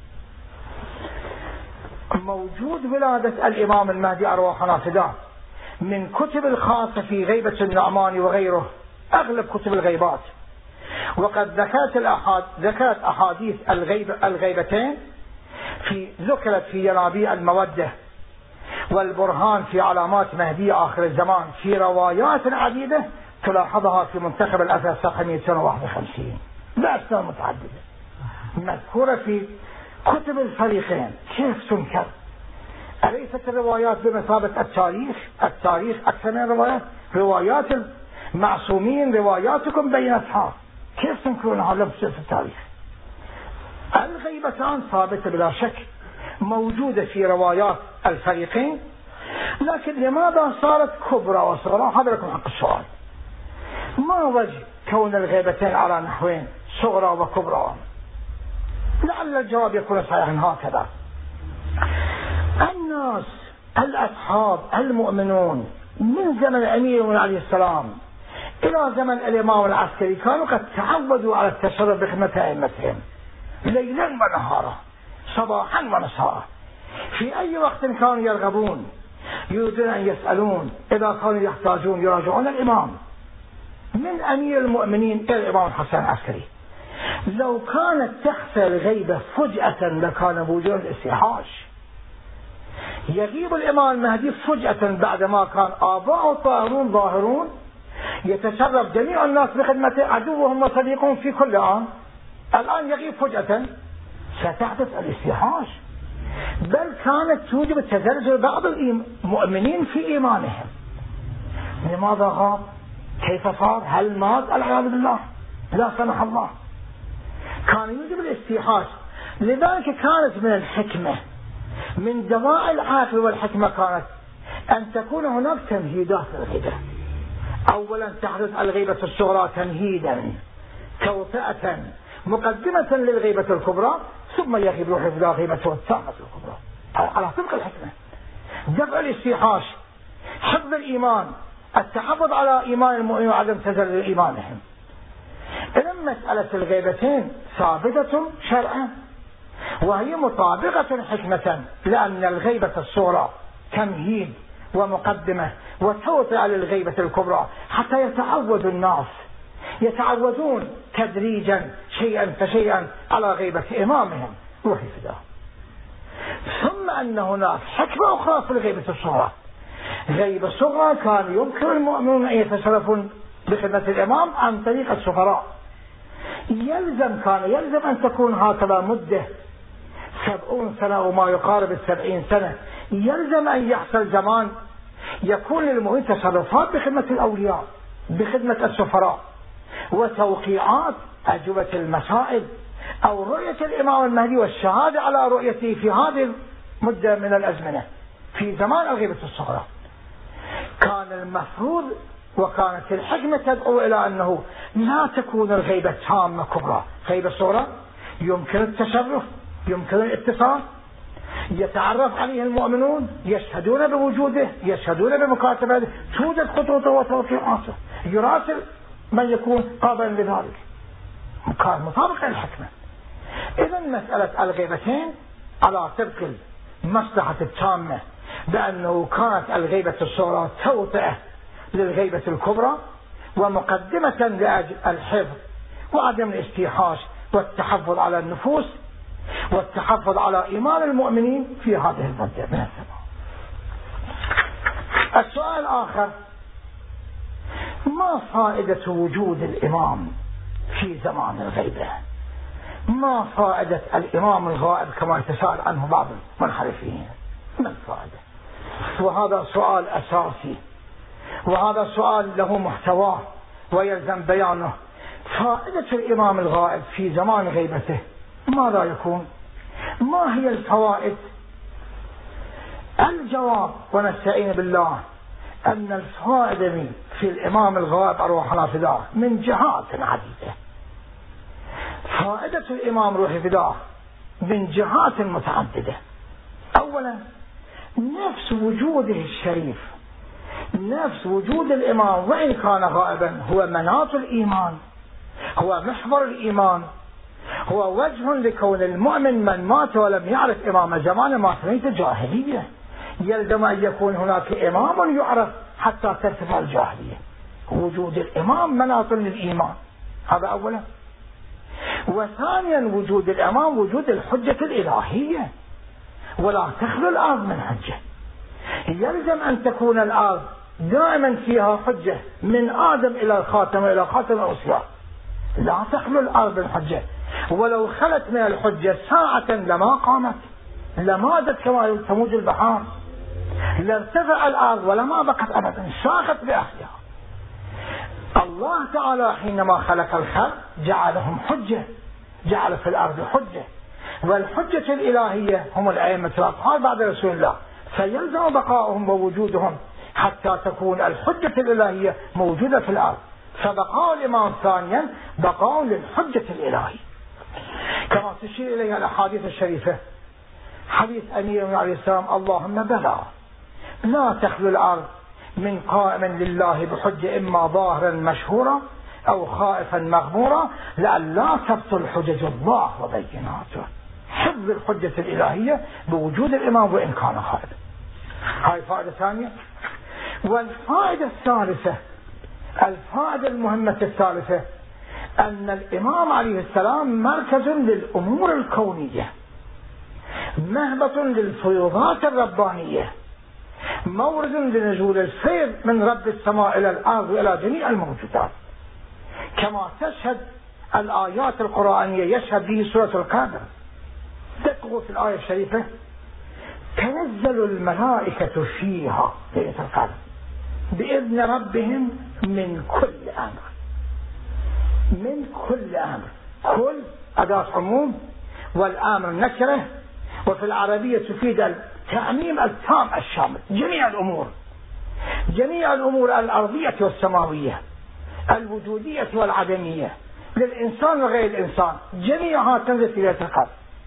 موجود ولادة الإمام المهدي أرواحنا فداه من كتب الخاصة في غيبة النعمان وغيره، أغلب كتب الغيبات. وقد ذكرت أحاديث الغيبتين ذكرت في ينابيع المودة والبرهان في علامات مهدي آخر الزمان في روايات عديدة تلاحظها في منتخب الأثر صفحة 251 بأسماء متعددة مذكورة في كتب الفريقين. كيف تنكر؟ أليست الروايات بمثابة التاريخ أكثر من روايات المعصومين رواياتكم بينتها، كيف تنكرونها لم تصير في التاريخ؟ الغيبتان ثابتة بلا شك، موجودة في روايات الفريقين، لكن لماذا صارت كبرى وصغرى؟ هذا لكم حق السؤال. ما وجه كون الغيبتين على نحوين صغرى وكبرى؟ لعل الجواب يكون صحيحا هكذا: الناس الأصحاب المؤمنون من زمن الأمير عليه السلام إلى زمن الإمام العسكري كانوا قد تعودوا على التصرف بخدمة أئمتهم ليلا ونهارا، صباحا ومساء، في أي وقت كانوا يرغبون يريدون أن يسألون، إذا كانوا يحتاجون يراجعون الإمام من أمير المؤمنين إلى الإمام الحسن العسكري. لو كانت تحصل الغيبة فجأة لكان موجود الاستيحاش. يغيب الإمام المهدي فجأة بعدما كان آباء طاهرون ظاهرون يتشرف جميع الناس بخدمته، عدوهم وصديقهم في كل آن، الآن يغيب فجأة، ستحدث الاستيحاش، بل كانت توجب التزلزل بعض المؤمنين في إيمانهم. لماذا غاب؟ كيف صار؟ هل مات؟ العياذ بالله، لا سمح الله. كان يوجب الاستيحاش. لذلك كانت من الحكمة، من دواعي العقل والحكمة كانت أن تكون هناك تمهيدات للغيبة. أولا تحدث الغيبة الصغرى تمهيدا توطئة مقدمة للغيبة الكبرى، ثم يغيب حفظ غيبته التامة الكبرى على طبق الحكمة. دفع الاستيحاش، حفظ الإيمان، التحفظ على إيمان المؤمنين وعدم تزلزل إيمانهم. إذن مسألة الغيبتين ثابتة شرعا وهي مطابقة حكمة، لأن الغيبة الصغرى تمهيد ومقدمة وتوطئة للغيبة الكبرى حتى يتعود الناس يتعودون تدريجا شيئا فشيئا على غيبة إمامهم روحي فداه. ثم أن هناك حكمة أخرى في الغيبة الصغرى. غيبة صغرى كان يمكن المؤمنون أن يتصرفون بخدمة الإمام عن طريق السفراء. كان يلزم أن تكون هكذا مدة 70 سنة وما يقارب 70 سنة. يلزم أن يحصل زمان يكون للمؤمنين تصرفات بخدمة الأولياء، بخدمة السفراء، وتوقيعات أجوبة المسائل أو رؤية الإمام المهدي والشهادة على رؤيته في هذه المدة من الأزمنة في زمان الغيبة الصغرى. كان المفروض وكانت الحكمة تدعو إلى أنه لا تكون الغيبة تامة كبرى. غيبة صغرى يمكن التصرف، يمكن الاتصال، يتعرف عليه المؤمنون، يشهدون بوجوده، يشهدون بمكاتبته، توجد خطوطه وتوقيعاته، يراسل من يكون قابلا لذلك. كان مطابق الحكمة. إذا مسألة الغيبتين على طبق المصلحة التامة بأنه كانت الغيبة الصغرى توطئة للغيبة الكبرى ومقدمة لأجل الحفظ وعدم الاستيحاش والتحفظ على النفوس والتحفظ على إيمان المؤمنين في هذه المدة من الزمان. السؤال الآخر: ما فائدة وجود الإمام في زمان الغيبة؟ ما فائدة الإمام الغائب كما يتساءل عنه بعض المنحرفين؟ ما الفائدة؟ وهذا سؤال أساسي، وهذا سؤال له محتواه ويلزم بيانه. فائدة الإمام الغائب في زمان غيبته ماذا يكون؟ ما هي الفوائد؟ الجواب ونستعين بالله أن الفائدة في الإمام الغائب أرواحنا فداه من جهات عديدة. فائدة الإمام روح فداه من جهات متعددة. أولا، نفس وجوده الشريف، نفس وجود الإمام وإن كان غائبا هو مناط الإيمان، هو محور الإيمان، هو وجه لكون المؤمن من مات ولم يعرف إمام زمان ماتنية الجاهلية. يلزم أن يكون هناك إمام يعرف حتى ترتفع الجاهلية. وجود الإمام مناط للإيمان، هذا أولا. وثانيا، وجود الإمام وجود الحجة الإلهية، ولا تخلو الأرض من حجة. يلزم أن تكون الأرض دائما فيها حجة من آدم إلى الخاتم إلى خاتم الأصفار، لا تخلو الأرض من حجة. ولو خلت من الحجة ساعة لما قامت، لمادت كما تموج البحار، لارتفع الأرض ولما بقت أبدا، شاخت بأخيها. الله تعالى حينما خلق الخلق جعلهم حجة، جعل في الأرض حجة، والحجة الإلهية هم الأئمة الأطهار بعد رسول الله، فيلزم بقاؤهم ووجودهم حتى تكون الحجة الإلهية موجودة في الأرض. فبقاء الإمام ثانيا بقاء للحجة الإلهية كما تشير إليها الأحاديث الشريفة. حديث أمير عليه السلام: اللهم بلى لا تخلو الأرض من قائم لله بحجة إما ظاهرا مشهورا أو خائفا مغمورا لئلا تبطل حجج الله وبيناته. حفظ الحجة الإلهية بوجود الإمام وإن كان خائفا. هاي فائدة ثانية. والفائدة الثالثة، الفائدة المهمة الثالثة، أن الإمام عليه السلام مركز للأمور الكونية، مهبط للفيوضات الربانية، مورد لنزول الفيض من رب السماء إلى الأرض وإلى جميع الموجودات، كما تشهد الآيات القرآنية، يشهد به سورة القدر. دققوا في الآية الشريفة: تنزل الملائكة فيها ليلة القدر بإذن ربهم من كل أمر. من كل أمر، كل أداة عموم والأمر نكرة، وفي العربية تفيد التعميم التام الشامل، جميع الأمور، جميع الأمور الأرضية والسماوية، الوجودية والعدمية، للإنسان وغير الإنسان، جميعها تنزل في ليلة القدر.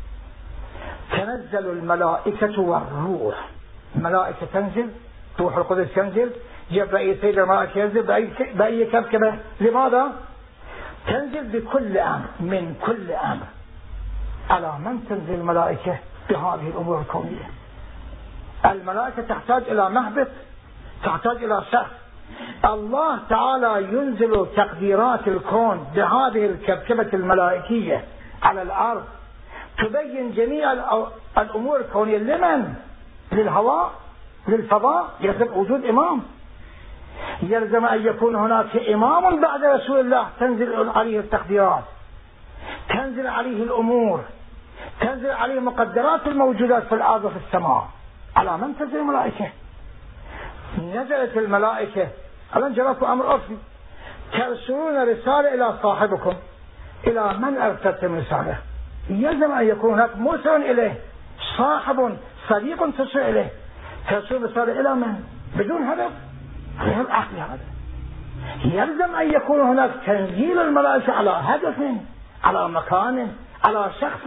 تنزل الملائكة والروح، الملائكة تنزل، روح القدس ينزل، جبرائيل سيد الملائكة ينزل بأي كبكبة. لماذا؟ تنزل بكل أمر، من كل أمر. على من تنزل الملائكة بهذه الأمور الكونية؟ الملائكة تحتاج إلى مهبط، تحتاج إلى سقف. الله تعالى ينزل تقديرات الكون بهذه الكبكبة الملائكية على الأرض تبين جميع الأمور الكونية. لمن؟ للهواء، للفضاء. يلزم وجود إمام، يلزم أن يكون هناك إمام بعد رسول الله تنزل عليه التقديرات، تنزل عليه الأمور، تنزل عليه مقدرات الموجودات في الأرض وفي السماء. على من تنزل الملائكة؟ نزلت الملائكة الآن جراكم أمر عرفي، ترسلون رسالة إلى صاحبكم. إلى من أرسلتم رسالة؟ يلزم أن يكون هناك مرسل إليه، صاحب صديق ترسل إليه. ترسل رسالة إلى من؟ بدون هدف، غير العقل هذا. يلزم أن يكون هناك تنزيل الملائكة على هدف، على مكان، على شخص.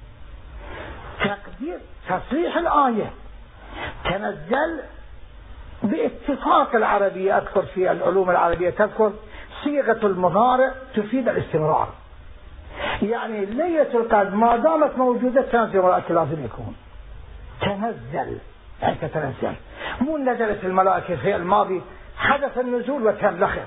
تقدير تصريح الآية تنزل باتفاق العربية. أذكر في العلوم العربية تذكر صيغة المضارع تفيد الاستمرار، يعني ليلة القدر ما دامت موجودة تنزل الملائكة، لازم يكون تنزل، يعني تتنزل. مو نزلت الملائكة في الماضي حدث النزول وكان لخر،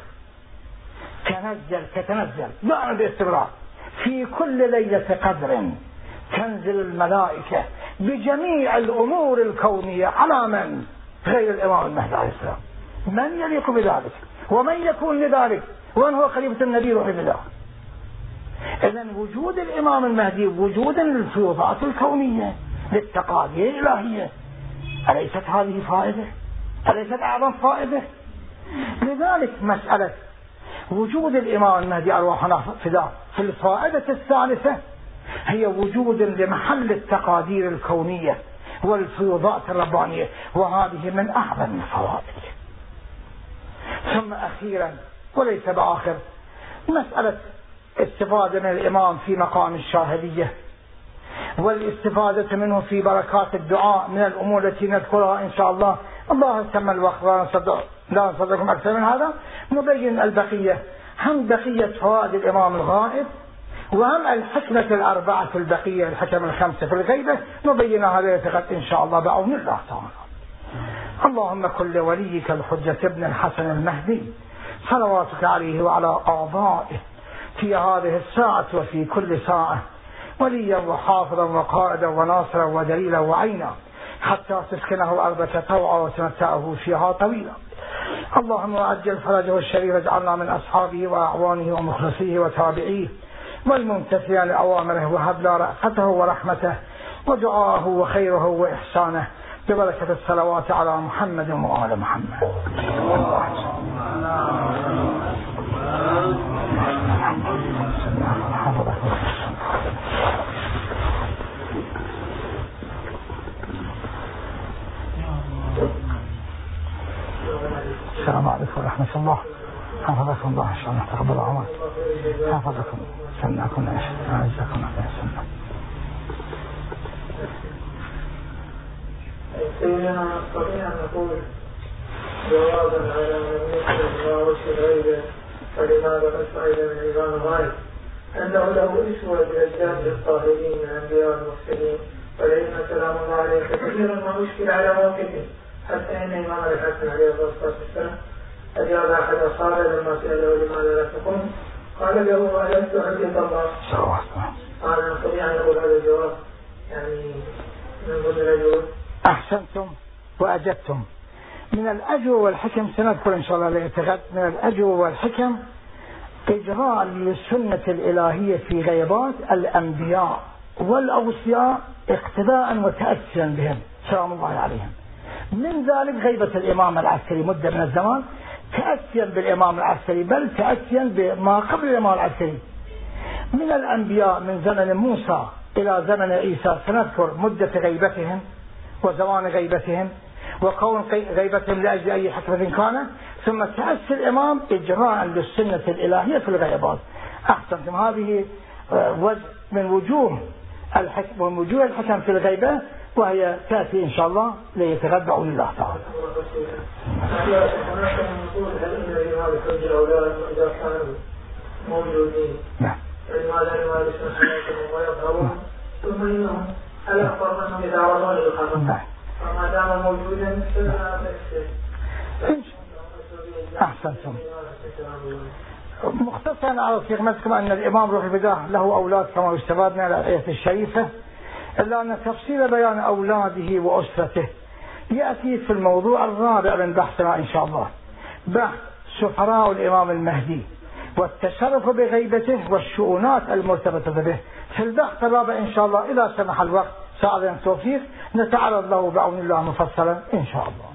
تنزل تتنزل دائما باستمرار. في كل ليلة قدر تنزل الملائكة بجميع الأمور الكونية. على من؟ غير الإمام المهدي عليه السلام. من يليق بذلك؟ ومن يكون لذلك؟ ومن هو خليفة النبي رحمه الله؟ إذن وجود الإمام المهدي وجودا للفيوضات الكونية، للتقادير الإلهية، أليست هذه فائدة؟ أليست أعظم فائدة؟ لذلك مسألة وجود الإمام المهدي أرواحنا فداه في الفائدة الثالثة هي وجود لمحل التقادير الكونية والفيوضات الربانية، وهذه من أعظم الفوائد. ثم أخيرا وليس بآخر، مسألة استفادة من الإمام في مقام الشاهدية، والاستفادة منه في بركات الدعاء من الأمور التي نذكرها إن شاء الله. الله سمى الوقت لا نصدقكم أكثر من هذا. نبين البقية، هم بقية فوائد الإمام الغائب، وهم الحكمة الأربعة البقية، الحكم الخمسة في الغيبة، نبينها ليلة إن شاء الله بعون الله تعالى. اللهم كن لوليك الحجة ابن الحسن المهدي صلواتك عليه وعلى آبائه في هذه الساعة وفي كل ساعة وليا وحافظا وقائدا وناصرا ودليلا وعينا، حتى تسكنه أرضك طوعا وتمتعه فيها طويلا. اللهم أجل فرجه الشريف، اجعلنا من أصحابه وأعوانه ومخلصيه وتابعيه والممتثلين لأوامره، وهب لا رأفته ورحمته ودعاءه وخيره وإحسانه ببركة الصلوات على محمد وآل محمد. السلام عليكم ورحمة الله. حفظكم الله إن شاء الله، تقبل عمرك، حفظكم، سمعكم أعزكم الله يسمع. سيدنا نستطيع أن نقول جوابا على من يسلم الله غيبه فلماذا نسعد من الإمام الغائب أنه له أسوة بأجداد الطاهرين من الأنبياء والمرسلين والأئمة سلام الله عليهم، كثيرا ما أشكل على موقفه، حتى إن الإمام الحسن عليه الصلاة والسلام أجاب أحد أصحابه لما سأله لماذا لا تقوم قال له ألست حجة الله؟ قال نستطيع أن نقول هذا الجواب يعني من ضمن الأجوبة. أحسنتم وأجبتم. من الأجوبة والحكم سنذكر إن شاء الله ليتغد. من الأجوبة والحكم إجراء للسنة الإلهية في غيبات الأنبياء والأوصياء اقتداء وتأسيا بهم سلام الله عليهم. من ذلك غيبة الإمام العسكري مدة من الزمان تأسيا بالإمام العسكري، بل تأسيا بما قبل الإمام العسكري. من الأنبياء من زمن موسى إلى زمن عيسى سنذكر مدة غيبتهم وزمان غيبتهم وكون غيبتهم لأجل أي حكمة كان، ثم تأسي الإمام إجراء للسنة الإلهية في الغيبات. أحسنتم. هذه وجه من وجوه الحكم ووجوه الحكم في الغيبة، وهي تأتي إن شاء الله ليتغذى لله تعالى. هناك من يقول هل إن الإمام الحجة أولاد إذا كانوا موجودين؟ نعم. لماذا يسمى حياتهم ويظهرون ثم إنهم هل أخبر أنهم إذا عرضوا للخبر؟ نعم. فما دام موجودا فلا تكسر. أحسنتم. مختصرا على صيغتكم أن الإمام روح البداه له أولاد كما استفدنا من الآية الشريفة، إلا أن تفصيل بيان أولاده وأسرته يأتي في الموضوع الرابع من بحثنا إن شاء الله، بحث سفراء الإمام المهدي والتصرف بغيبته والشؤونات المرتبطة به. في البحث الرابع إن شاء الله إذا سمح الوقت ساعدنا التوفيق نتعرض له بعون الله مفصلا إن شاء الله.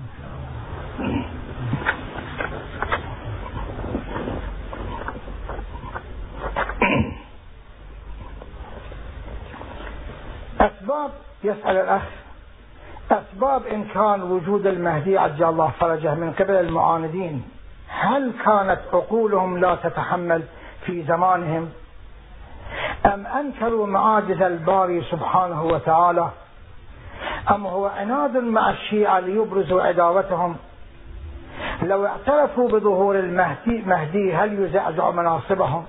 أسباب، يسأل الأخ، أسباب إنكار وجود المهدي عجل الله فرجه من قبل المعاندين، هل كانت عقولهم لا تتحمل في زمانهم، أم أنكروا معاجز الباري سبحانه وتعالى، أم هو عناد مع الشيعة ليبرزوا عداوتهم؟ لو اعترفوا بظهور المهدي هل يزعزع مناصبهم؟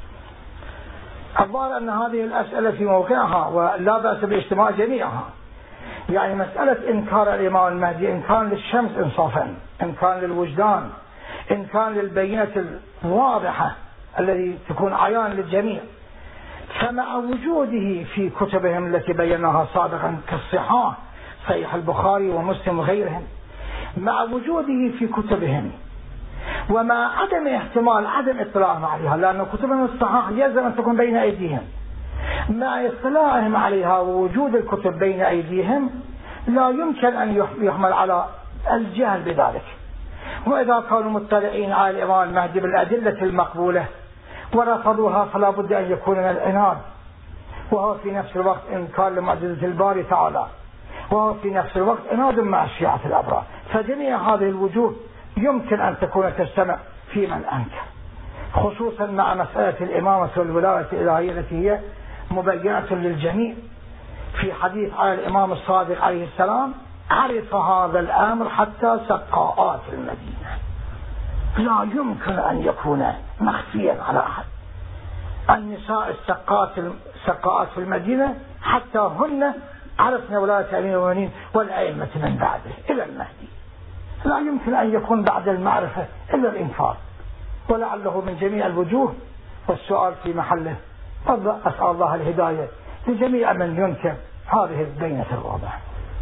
الظاهر أن هذه الأسئلة في موقعها ولا بأس باجتماع جميعها. يعني مسألة إنكار الإمام المهدي إن كان للشمس إنصافا، إن كان للوجدان، إن كان للبينة الواضحة الذي تكون عيان للجميع، فمع وجوده في كتبهم التي بيناها سابقا كالصحاح صحيح البخاري ومسلم وغيرهم، مع وجوده في كتبهم ومع عدم احتمال عدم اطلاعهم عليها، لأن كتبهم الصحاح يلزم أن تكون بين أيديهم، مع اطلاعهم عليها ووجود الكتب بين أيديهم لا يمكن أن يحمل على الجهل بذلك. وإذا كانوا مطلعين على الإمام المهدي بالأدلة المقبولة ورفضوها فلا بد أن يكون من العناد، وهو في نفس الوقت إنكار لمعجزة الباري تعالى، وهو في نفس الوقت عناد مع الشيعة الأبرار. فجميع هذه الوجوه يمكن أن تكون تجتمع في من أنكر، خصوصا مع مسألة الإمامة والولاية الإلهية التي هي مبينة للجميع في حديث على الإمام الصادق عليه السلام: عرف هذا الأمر حتى سقاءات المدينة. لا يمكن أن يكون مخفيا على أحد. النساء السقاءات في المدينة حتى هن عرفنا ولاية أمير المؤمنين والأئمة من بعده إلى المهدي. لا يمكن أن يكون بعد المعرفة إلا الإنكار، ولعله من جميع الوجوه والسؤال في محله. أسأل الله الهداية لجميع من ينكر هذه البينة الواضحة.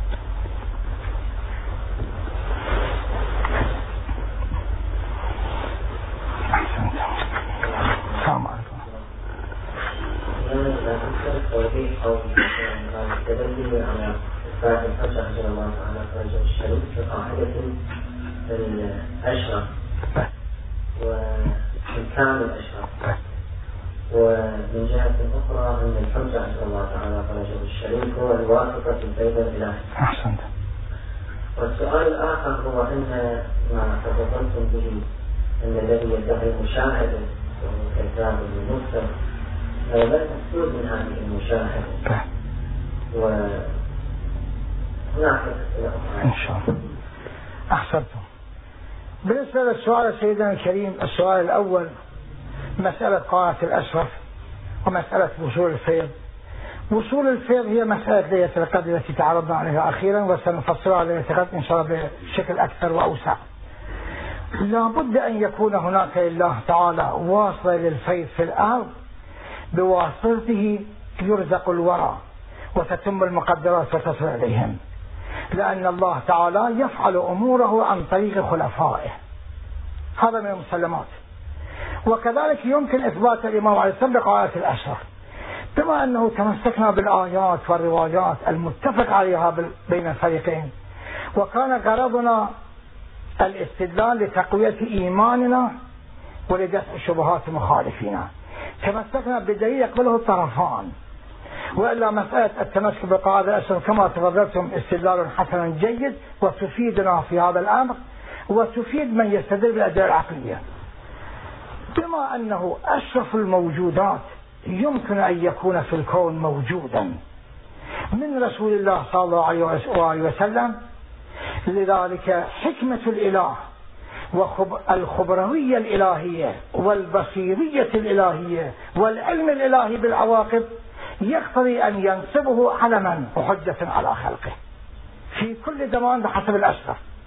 السلام عليكم. توضيح أو التدلل على إثبات الحجة رضي الله تعالى فرجه الشريف كقاعدة الأشرف وإمكان الأشرف، ومن جهة أخرى أن الحجة رضي الله تعالى فرجه الشريف هو الواسطة في الفيض الإلهي. أحسنت. والسؤال الآخر هو أن ما تفضلتم به أن الذي يدعي المشاهدة وكذاب المفتر لا مقصود من هذه المشاهدة، وهناك أسئلة أخرى إن شاء الله. أحسنتم. بالنسبة للسؤال سيدنا الكريم، السؤال الأول مسألة قاعة الأشرف ومسألة وصول الفيض. وصول الفيض هي مسألة ليلة القدر التي تعرضنا عليها أخيرا، وسنفصلها ليلة القدر إن شاء الله بشكل أكثر وأوسع. لا بد أن يكون هناك لله تعالى واصل للفيض في الأرض، بواسطته يرزق الورى وتتم المقدرات وتصل إليهم، لأن الله تعالى يفعل أموره عن طريق خلفائه، هذا من المسلمات. وكذلك يمكن إثبات الإمام عليه السلام بقاعة الأشرف، بما أنه تمسكنا بالآيات والروايات المتفق عليها بين الفريقين، وكان غرضنا الاستدلال لتقوية إيماننا ولدفع شبهات مخالفينا، تمسكنا بدليل يقبله الطرفان. وإلا مسألة التمسك بقاعدة الأشرف كما تفضلتم استدلال حسن جيد وتفيدنا في هذا الأمر وتفيد من يستدل بالأدلة العقلية، بما أنه أشرف الموجودات يمكن أن يكون في الكون موجودا من رسول الله صلى الله عليه وسلم. لذلك حكمة الإله والخبروية الإلهية والبصيرية الإلهية والعلم الإلهي بالعواقب يقتضي أن ينصبه علما وحجة على خلقه في كل زمان بحسب الأشرف.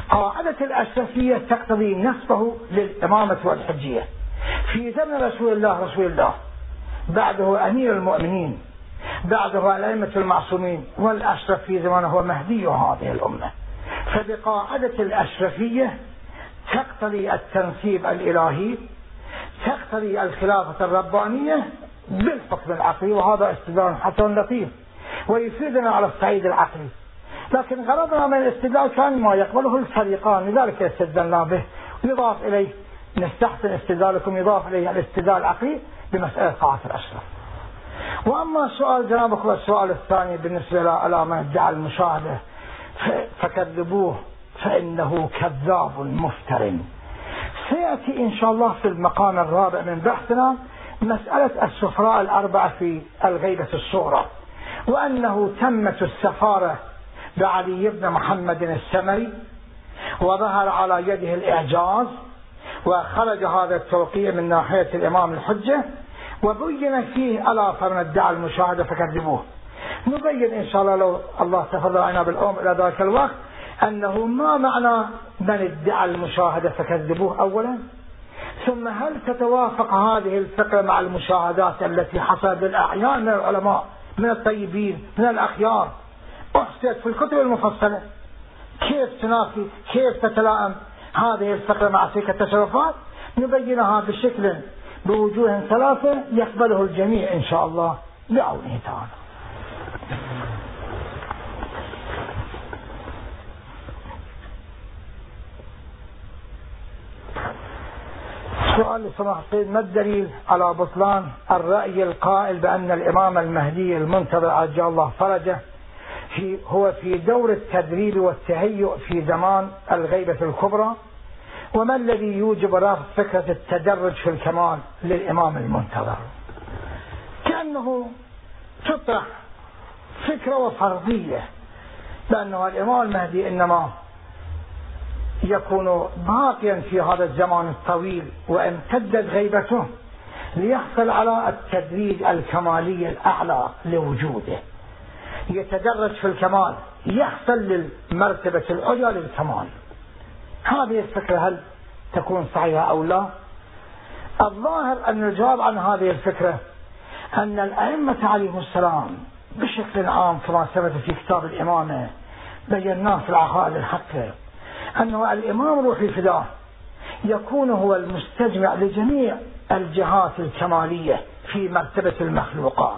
قاعدة الأشرفية تقتضي نسبه للإمامة والحجية في زمن رسول الله، بعده أمير المؤمنين، بعده الأئمة المعصومين، والأشرف في زمانه هو مهدي هذه الأمة. فبقاعدة الأشرفية تقتضي التنسيب الإلهي، تقتضي الخلافة الربانية بالحكم العقلي، وهذا استدلال حسن لطيف ويفيدنا على الصعيد العقلي. لكن غرضنا من الاستدلال كان ما يقبله الفريقان، لذلك استدلنا به، يضاف إليه نستحسن استدلالكم يضاف إليه الاستدلال العقلي بمسألة طاعة الأشرف. وأما سؤال جنابكم السؤال الثاني بالنسبة إلى من ادعى المشاهدة فكذبوه فإنه كذاب مفتر. سيأتي إن شاء الله في المقام الرابع من بحثنا مسألة السفراء الأربعة في الغيبة الصغرى، وأنه تمت السفارة بعلي بن محمد السمري وظهر على يده الإعجاز، وخرج هذا التوقيع من ناحية الإمام الحجة، وبين فيه ألاف من ادعى المشاهدة فكذبوه. نبين إن شاء الله لو الله تفضل علينا بالأمر إلى ذاك الوقت أنه ما معنى من ادعى المشاهدة فكذبوه أولا، ثم هل تتوافق هذه الفكرة مع المشاهدات التي حصلت بالأعيان من العلماء من الطيبين من الأخيار أحصيت في الكتب المفصلة، كيف تنافي كيف تتلائم هذه الفكرة مع تلك التصرفات؟ نبينها بشكل بوجوه ثلاثة يقبله الجميع إن شاء الله بعونه تعالى. سؤال لسماحة السيد: ما الدليل على بطلان الرأي القائل بأن الإمام المهدي المنتظر عجل الله فرجه هو في دور التدريب والتهيؤ في زمان الغيبة الكبرى؟ وما الذي يوجب رفض فكرة التدرج في الكمال للإمام المنتظر؟ كأنه تطرح فكرة وفرضية بأنه الإمام المهدي إنما يكون باقيا في هذا الزمان الطويل وامتدت غيبته ليحصل على التدريج الكمالي الأعلى لوجوده، يتدرج في الكمال، يحصل للمرتبة العليا للكمال. هذه الفكرة هل تكون صحيحة أو لا؟ الظاهر أن الجواب عن هذه الفكرة أن الأئمة عليهم السلام بشكل عام كما ثبت في كتاب الإمامة بيناه في العقائد الحقة أنه الإمام روحي فداه يكون هو المستجمع لجميع الجهات الكمالية في مرتبة المخلوقات.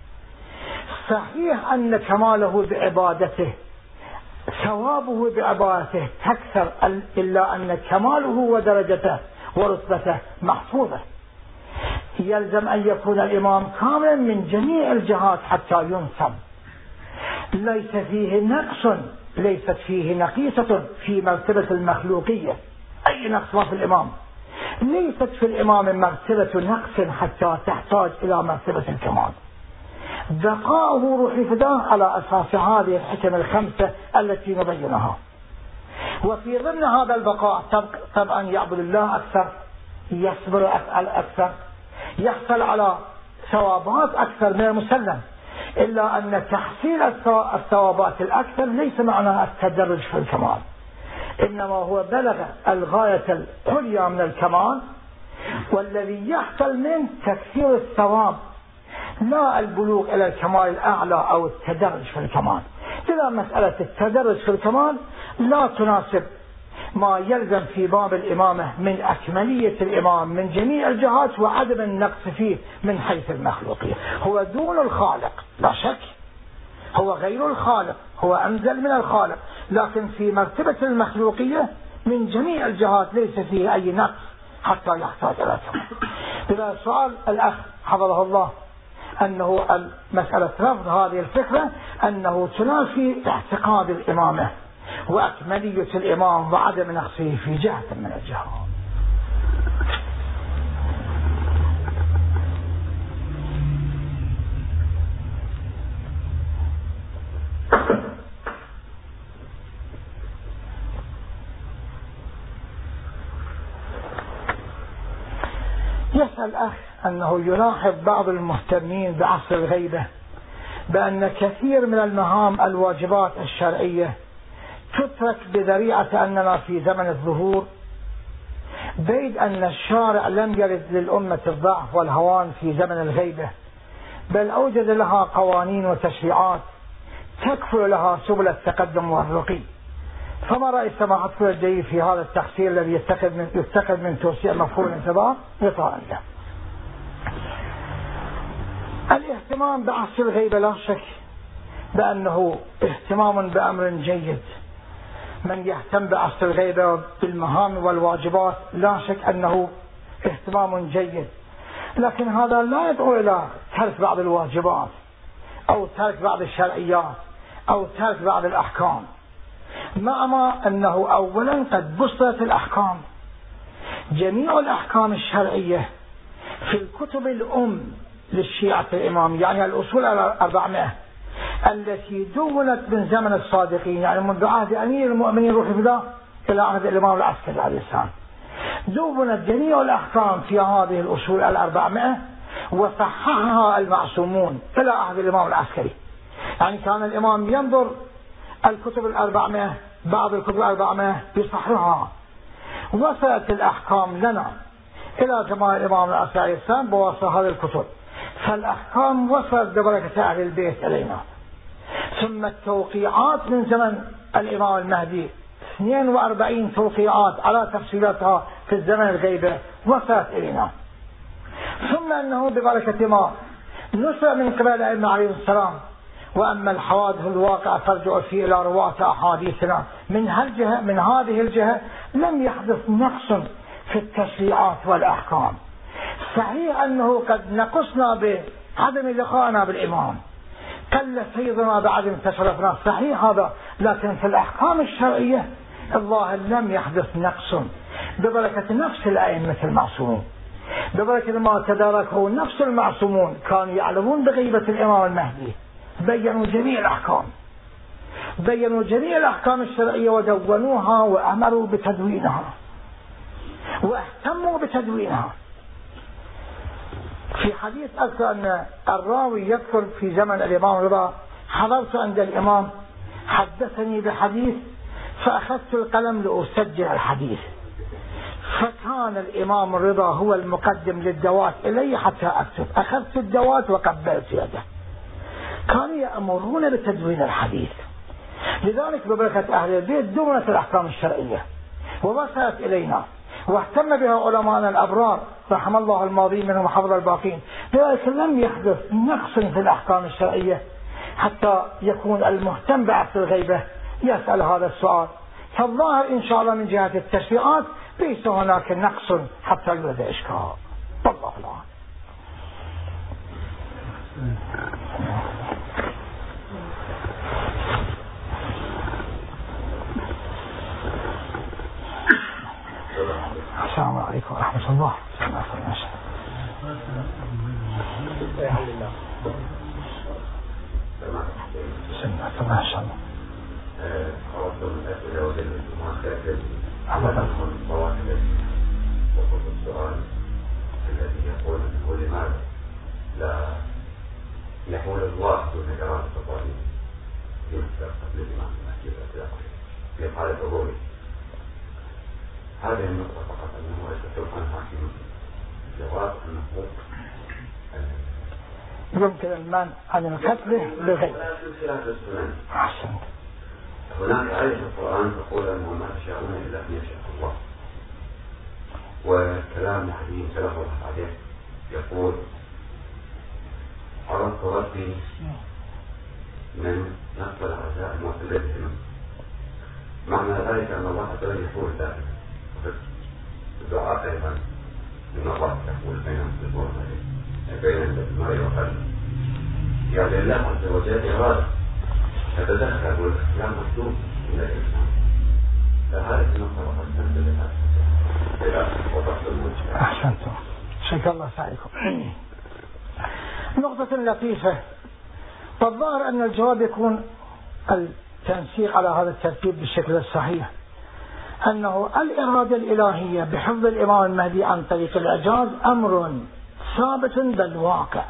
صحيح أن كماله بعبادته ثوابه بعبادته تكثر، إلا أن كماله ودرجته ورتبته محفوظة. يلزم أن يكون الإمام كاملا من جميع الجهات حتى ينصب، ليس فيه نقص، ليست فيه نقيصة في مرتبة المخلوقية. أي نقص ما في الإمام، ليست في الإمام مرتبة نقص حتى تحتاج إلى مرتبة الكمال. بقاؤه روحي فداه على أساس هذه الحكم الخمسة التي نبينها، وفي ضمن هذا البقاء طبعا يعبد الله أكثر، يصبر أكثر، يحصل على ثوابات أكثر من المسلم، إلا أن تحصيل الثوابات الأكثر ليس معناه التدرج في الكمال، إنما هو بلغ الغاية العليا من الكمال، والذي يحصل منه تكثير الثواب لا البلوغ إلى الكمال الأعلى أو التدرج في الكمال. إذا مسألة التدرج في الكمال لا تناسب ما يلزم في باب الإمامة من أكملية الإمام من جميع الجهات وعدم النقص فيه من حيث المخلوقية. هو دون الخالق لا شك، هو غير الخالق، هو أنزل من الخالق، لكن في مرتبة المخلوقية من جميع الجهات ليس فيه أي نقص حتى يحتاج إلى كمال. إذا سؤال الأخ حفظه الله أنه مسألة رفض هذه الفكرة أنه تنافي اعتقاد الإمامة وأكملية الإمام وعدم نقصه في جهة من الجهات. يسأل أخ أنه يلاحظ بعض المهتمين بعصر الغيبة بأن كثير من المهام الواجبات الشرعية تترك بذريعة أننا في زمن الظهور، بيد أن الشارع لم يرد للأمة الضعف والهوان في زمن الغيبة، بل أوجد لها قوانين وتشريعات تكفل لها سبل التقدم والرقي. فما رأي سماحتكم الجيد في هذا التقصير الذي يتخذ من توسيع مفهوم الانتظار إطاعة له؟ الاهتمام بعصر الغيبة لا شك بأنه اهتمام بأمر جيد. من يهتم بعصر الغيبة بالمهام والواجبات لا شك أنه اهتمام جيد، لكن هذا لا يدعو إلى ترك بعض الواجبات أو ترك بعض الشرعيات أو ترك بعض الأحكام، مع ما أنه أولا قد بسطت الأحكام، جميع الأحكام الشرعية في الكتب الأم للشيعة الإمام، يعني الأصول 400 التي دونت من زمن الصادقين، يعني منذ عهد أمير المؤمنين روح الله إلى عهد الإمام العسكري عليه السلام، دونت جميع الأحكام في هذه الأصول 400 وصححها المعصومون إلى عهد الإمام العسكري. يعني كان الإمام ينظر الكتب 400 بعض الكتب 400 يصححها، وصلت الأحكام لنا إلى زمان الإمام العسكري عليه السلام بواسطة هذه الكتب، فالأحكام وصلت ببركة أهل البيت إلينا. ثم التوقيعات من زمن الإمام المهدي 42 توقيعات على تفصيلاتها في الزمن الغيبة وصلت إلينا. ثم أنه ببركة ما نشر من قبل الأئمة عليهم السلام، وأما الحوادث الواقعة ترجع فيه إلى رواة أحاديثنا من هذه الجهة لم يحدث نقص في التشريعات والأحكام. صحيح أنه قد نقصنا بعدم لقائنا بالإمام، قل سيدنا بعدم تشرفنا، صحيح هذا، لكن في الأحكام الشرعية الظاهر لم يحدث نقص ببركة نفس الأئمة المعصومين، ببركة ما تداركه نفس المعصومون كانوا يعلمون بغيبة الإمام المهدي، بيّنوا جميع الأحكام الشرعية ودونوها وأمروا بتدوينها واهتموا بتدوينها. في حديث أذكر أن الراوي يذكر في زمن الإمام رضا حضرت عند الإمام حدثني بحديث فأخذت القلم لأسجل الحديث، فكان الإمام رضا هو المقدم للدوات إلي حتى أكتب، أخذت الدوات وقبلت يده. كانوا يأمرون بتدوين الحديث، لذلك ببركة أهل البيت دونت الأحكام الشرعية ووصلت إلينا، واهتم بها علماءنا الأبرار رحم الله الماضي منهم وحفظ الباقين، لذلك لم يحدث نقص في الأحكام الشرعية حتى يكون المهتم بعصر الغيبة يسأل هذا السؤال. فالظاهر إن شاء الله من جهة التشريعات ليس هناك نقص حتى يوجد إشكال، والله العالم. السلام عليكم ورحمة الله. ما شاء الله. الذي يقول لماذا لا يحول الله دون إرادة الظالمين يذكر قبل الإمام المهدي في قال العبوري. هذه النقطة فقط أنه يستطيع عنها في جواب أنه يمكن المنع عن القتل لغير خلاف السنن. أحسنت. هناك آية في القرآن تقول أنه ما تشاءون إلا أن يشاء الله، وكلام محدين سلف الله عليه يقول عرفت ربي من نقل العزائم وقلتهم. معنى ذلك أن الله تعالى يقول ذلك في الدعاء أيضا إن الله يقول بين المرء وقلبه، يعني الله عز وجل إرادة تتدخل والإسلام مكتوب إلى الإسلام. فهذه النقطة وقد تنتبه إلى وضحت الموجود. أحسنتم، شكر الله سعيكم. نقطة لطيفة، والظاهر أن الجواب يكون التنسيق على هذا الترتيب بالشكل الصحيح، أنه الإرادة الإلهية بحفظ الإمام المهدي عن طريق الإعجاز أمر ثابت بالواقع.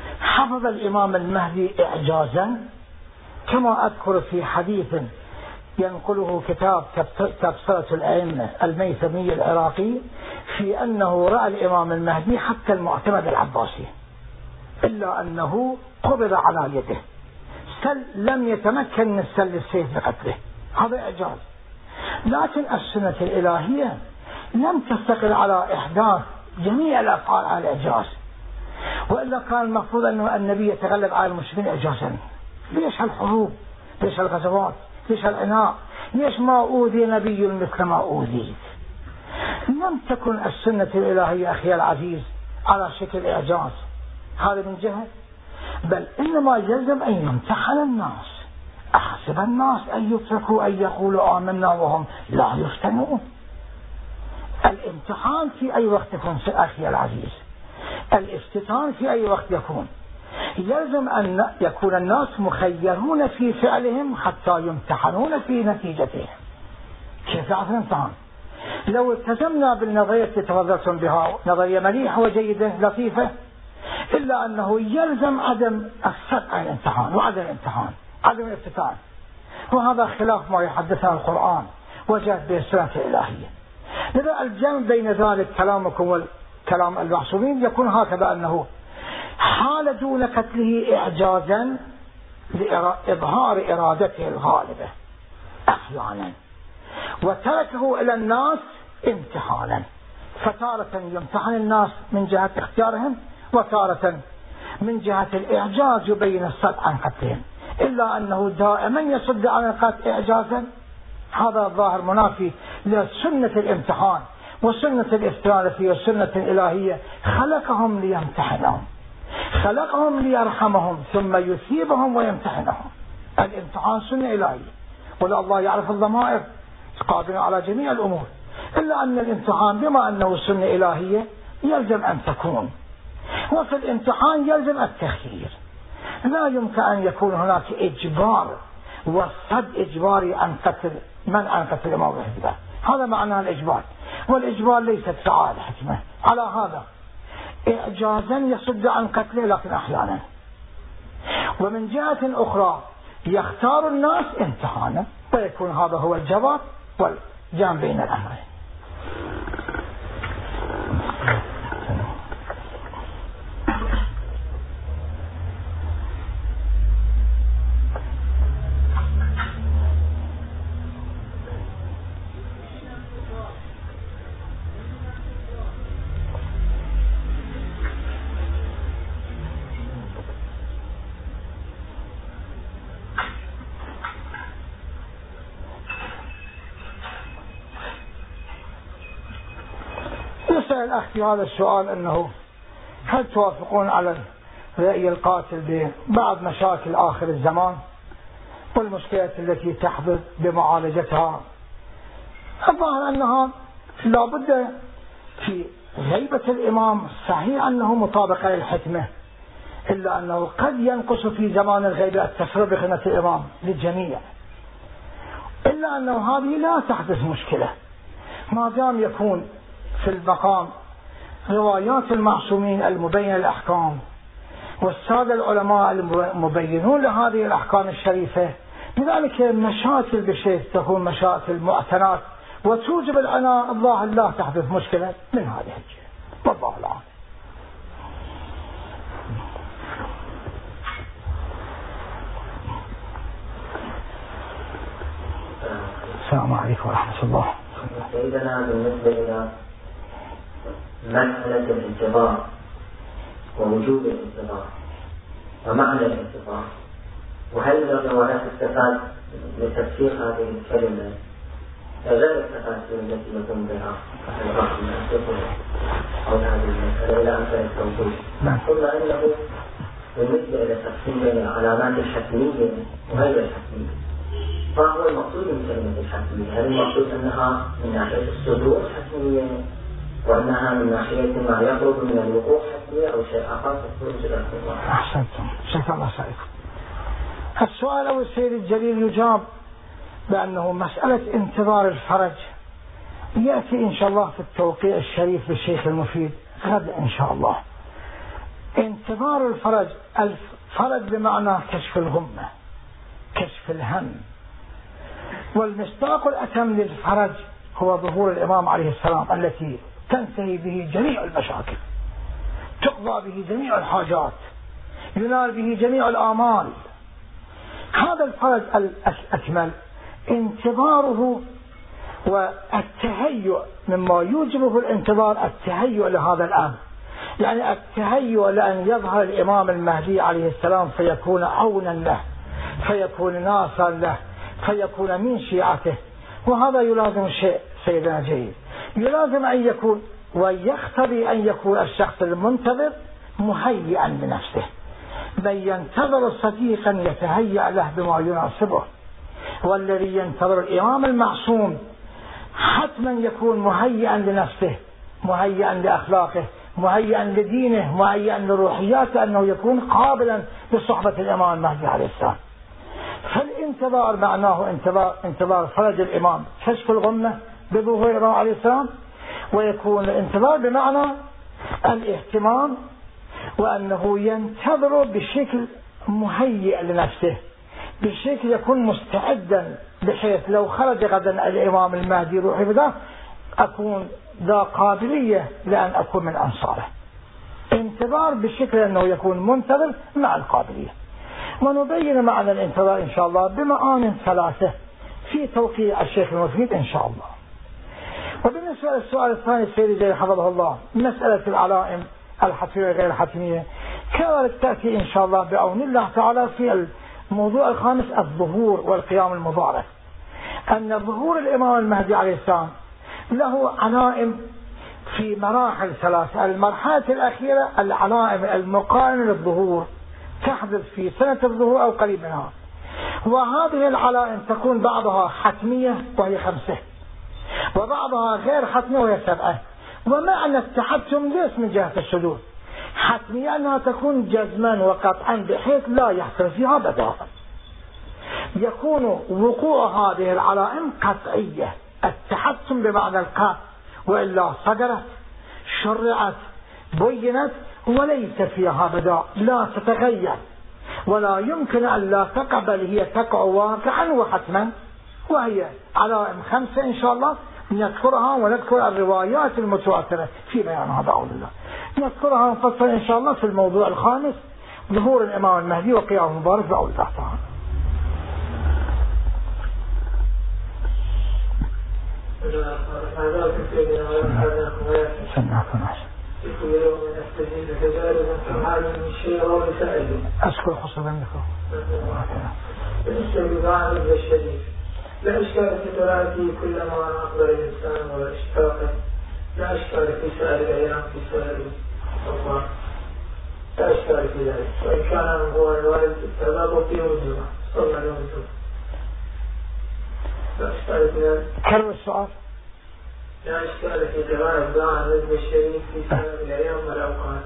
حفظ الإمام المهدي إعجازا كما أذكر في حديث ينقله كتاب تبصرة الأئمة الميثمي العراقي في أنه رأى الإمام المهدي حتى المعتمد العباسي، إلا أنه قبض على يده، لم يتمكن من سل السيف بقتله. هذا إعجاز. لكن السنة الإلهية لم تستقل على إحداث جميع الأفعال على الإعجاز، وإلا كان المفروض أن النبي يتغلب على المشركين إعجازا. ليش هالحروب؟ ليش هالغزوات؟ ليش هالعناء؟ ليش ما أوذي نبي مثل ما أوذيت؟ لم تكن السنة الإلهية أخي العزيز على شكل إعجاز، هذا من جهة، بل إنما يلزم أن يمتحن الناس. أحسب الناس أن يتركوا أن يقولوا آمنا وهم لا يفتنون. الامتحان في أي وقت يكون أخي العزيز، الافتتان في أي وقت يكون، يلزم أن يكون الناس مخيرون في فعلهم حتى يمتحنون في نتيجتهم. كيف يعرف الامتحان؟ لو التزمنا بالنظرية التي تفضلتم بها، نظرية مليحة وجيدة لطيفة، إلا أنه يلزم عدم السبق عن الامتحان وعدم الامتحان، عدم الافتتان، وهذا خلاف ما يحدثنا القرآن وجاءت به السنة الإلهية. لذا الجمع بين ذلك كلامكم والكلام المعصومين يكون هكذا، أنه حال دون قتله إعجازا لإظهار إرادته الغالبة أحيانا، وتركه إلى الناس امتحانا، فتارة يمتحن الناس من جهة اختيارهم، وتارة من جهة الإعجاز يبين الصدق عن قتلهم، إلا أنه دائما يصد عن القتل إعجازا. هذا الظاهر منافي لسنة الامتحان وسنة الافتراضية والسنة الإلهية. خلقهم ليمتحنهم، خلقهم ليرحمهم ثم يثيبهم ويمتحنهم. الامتحان سنة إلهية، ولا الله يعرف الضمائر قادر على جميع الأمور، إلا أن الامتحان بما أنه سنة إلهية يلزم أن تكون، وفي الامتحان يلزم التخيير. لا يمكن أن يكون هناك إجبار والصد إجباري عن قتل من عن قتل الإمام المهدي. هذا معنى الإجبار، والإجبار ليست فعال حكمة على هذا، إعجازا يصد عن قتله لكن أحيانا. ومن جهة أخرى يختار الناس امتحانا، ويكون هذا هو الجواب والجمع بين الأمرين. يسأل الأخ في هذا السؤال أنه هل توافقون على رأي القاتل ببعض مشاكل آخر الزمان والمشكلات التي تحدث بمعالجتها؟ الظاهر أنها لا بد في غيبة الإمام، صحيح أنه مطابق للحكمة، إلا أنه قد ينقص في زمان الغيبة التفريق بخدمة الإمام للجميع، إلا أنه هذه لا تحدث مشكلة ما دام يكون في المقام روايات المعصومين المبينة الأحكام والسادة العلماء المبينون لهذه الأحكام الشريفة. لذلك مشاكل بشيء تكون مشاكل معتنات وتوجب العناء، الله لا تحدث مشكلة من هذه الجهة، والله العالم. السلام عليكم ورحمة الله. سيدنا بالنسبة إلى مسألة الانتظار ووجوب الانتظار ومعنى الانتظار، وهل الروايات استفاد لتفسير هذه الكلمة غير التفاسير التي يقوم بها الرحمة أو هذه المسألة إلى أمثال التوجيه؟ ثم أنه بالنسبة إلى تقسيم بين العلامات الحتمية وغير الحتمية، فهو المقصود من كلمة الحتمية؟ هل المقصود أنها من ناحية الصدور حتمية، وأنها من ناحية ما يقرب من الوقوع حتمية، أو شيء آخر تخرج إلى الصدور؟ أحسنتم، شكرا الله سعيكم. السؤال أو السيد الجليل يجاب بأنه مسألة انتظار الفرج يأتي إن شاء الله في التوقيع الشريف للشيخ المفيد غدا إن شاء الله. انتظار الفرج، الفرج بمعنى كشف الغمة، كشف الهم، والمصداق الأتم للفرج هو ظهور الإمام عليه السلام التي تنتهي به جميع المشاكل، تقضى به جميع الحاجات، ينال به جميع الآمال. هذا الفرج الأكمل انتظاره والتهيؤ مما يوجبه الانتظار التهيؤ لهذا الأمر، يعني التهيؤ لأن يظهر الإمام المهدي عليه السلام فيكون عونا له، فيكون ناصرا له، فيكون من شيعته. وهذا يلازم شيء سيدنا جيد، يلازم أن يكون ويقتضي أن يكون الشخص المنتظر مهيئا لنفسه، من ينتظر صديقا يتهيأ له بما يناسبه. والذي ينتظر الإمام المعصوم حتما يكون مهيئا لنفسه، مهيئا لأخلاقه، مهيئا لدينه، مهيئا لروحياته، أنه يكون قابلا لصحبة الإمام المهدي عليه السلام. فالانتظار معناه انتظار فرج الإمام كشف الغمة بظهور الإمام عليه السلام، ويكون الانتظار بمعنى الاهتمام، وأنه ينتظر بشكل مهيئ لنفسه، بشكل يكون مستعدا، بحيث لو خرج غدا الإمام المهدي روحي بذا أكون ذا قابلية لأن أكون من أنصاره. انتظار بشكل أنه يكون منتظر مع القابلية. ونبين معنى الانتظار إن شاء الله بمعان ثلاثة في توقيع الشيخ المفيد إن شاء الله. وبالنسبة للسؤال الثاني السيد جاي حفظه الله، مسألة العلائم الحتمية غير الحتمية، كذلك تأتي إن شاء الله بعون الله تعالى في الموضوع الخامس الظهور والقيام المبارك. أن ظهور الإمام المهدي عليه السلام له علائم في مراحل ثلاثة. المرحلة الأخيرة العلائم المقارنة للظهور تحدث في سنة الظهور أو قريب منها، وهذه العلائم تكون بعضها حتمية وهي 5، وبعضها غير حتمية وهي 7. ومعنى التحتم ليس من جهة الشذوذ، حتمية أنها تكون جزما وقطعا بحيث لا يحصل فيها بداء، يكون وقوع هذه العلائم قطعية. التحتم بمعنى القطع، وإلا صدرت شرعت بينت وليس فيها بداء، لا تتغير ولا يمكن أن لا تقبل، هي تقع واقعا وحتما. وهي علائم 5 إن شاء الله نذكرها، ونذكر الروايات المتواترة في بيان هذا أول الله، نذكرها مفصلا إن شاء الله في الموضوع الخامس ظهور الإمام المهدي وقيام المبارك بأول الله تعالى. أشكر خصوصا لكم. بالنسبة لدعاء الشريف لا إشكال في قراءته كلما أقبل الإنسان وإشتاقه، لا إشكال في سائر الأيام، في سائر الأوقات، لا إشكال في ذلك. وإن كان هو الوالد التباب في يوم الجمعة صلى يوم الجمعة، لا إشكال في ذلك. كرر السؤال. لا إشكال في قراءة دعاء الشريف في سائر الأيام والأوقات.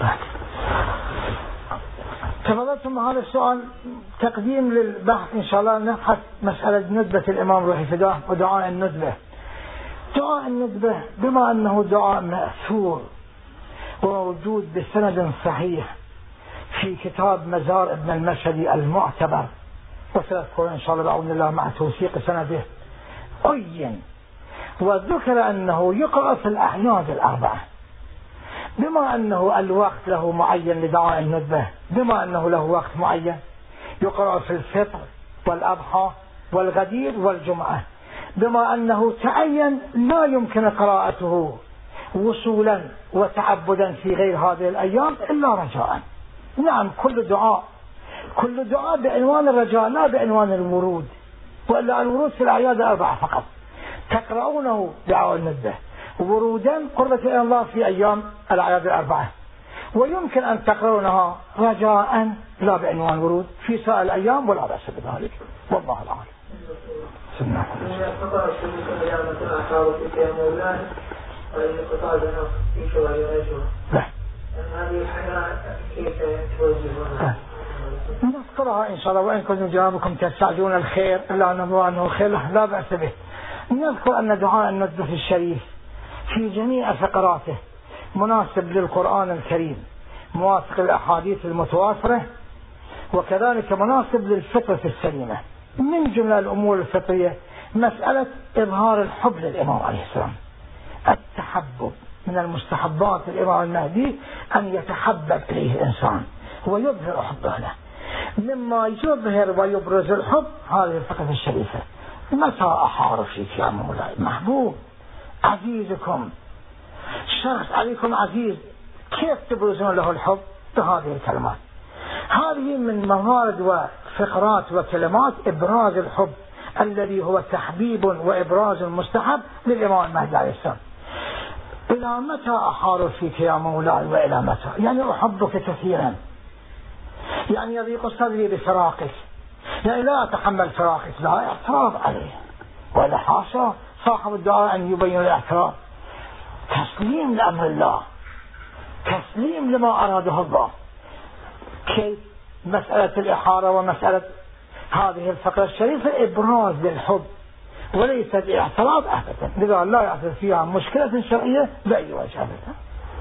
تفضلتم هذا السؤال تقديم للبحث إن شاء الله. نبحث مسألة ندبة الإمام روحي فداه ودعاء الندبة. دعاء الندبة بما أنه دعاء مأثور وموجود بسند صحيح في كتاب مزار ابن المشهدي المعتبر، وسنذكر إن شاء الله بعون الله مع توثيق سنده، عين وذكر أنه يقرأ في الأعياد الأربعة، بما أنه الوقت له معين لدعاء الندبة، بما أنه له وقت معين يقرأ في الفطر والأضحى والغدير والجمعة، بما أنه تعين لا يمكن قراءته وصولا وتعبدا في غير هذه الأيام إلا رجاء. نعم كل دعاء بعنوان الرجاء لا بعنوان الورود، وإلا الورود في الأعياد الأربعة فقط تقرؤونه دعاء الندبة ورودا قربة إلى الله في أيام الأعياد الأربعة، ويمكن أن تقرؤونها رجاء لا بعنوان ورود في سائر الأيام ولا بأس بذلك، والله العالم. سنة قطع الشروط قيامة أحاول في قيام الله وإن قطع جنوب في شوال رجوع. هذه الحياة كيف توجهونها؟ نذكرها إن شاء الله. وإن كنتم جوابكم تستعجلون الخير إلا أنه خير لا بأس به. نذكر أن دعاء الندبة الشريف في جميع فقراته مناسب للقرآن الكريم، موافق الأحاديث المتواترة، وكذلك مناسب للفطرة السليمة. من جملة الأمور الفطرية مسألة إظهار الحب للإمام عليه السلام. التحبب من المستحبات الإمام المهدي أن يتحبب إليه الإنسان ويظهر حبه له. مما يظهر ويبرز الحب هذه الفقرة الشريفة: متى أحار فيك يا مولاي محبوب عزيزكم، شخص عليكم عزيز، كيف تبرزون له الحب؟ بهذه الكلمات. هذه من موارد وفقرات وكلمات إبراز الحب الذي هو تحبيب وإبراز مستحب للإمام المهدي عليه السلام. إلى متى أحار فيك يا مولاي وإلى متى؟ يعني أحبك كثيرا، يعني يضيق صدري بفراقك، يعني لا أتحمل فراقك، لا اعتراض عليه، ولا حاشا صاحب الدعاء أن يبين الاعتراض. تسليم لأمر الله، تسليم لما أراده الله. كيف؟ مسألة الإحارة ومسألة هذه الفقرة الشريفة إبراز للحب وليس الاعتراض أبدا، لذا لا يعترض فيها مشكلة شرعية بأي وجه أبدا.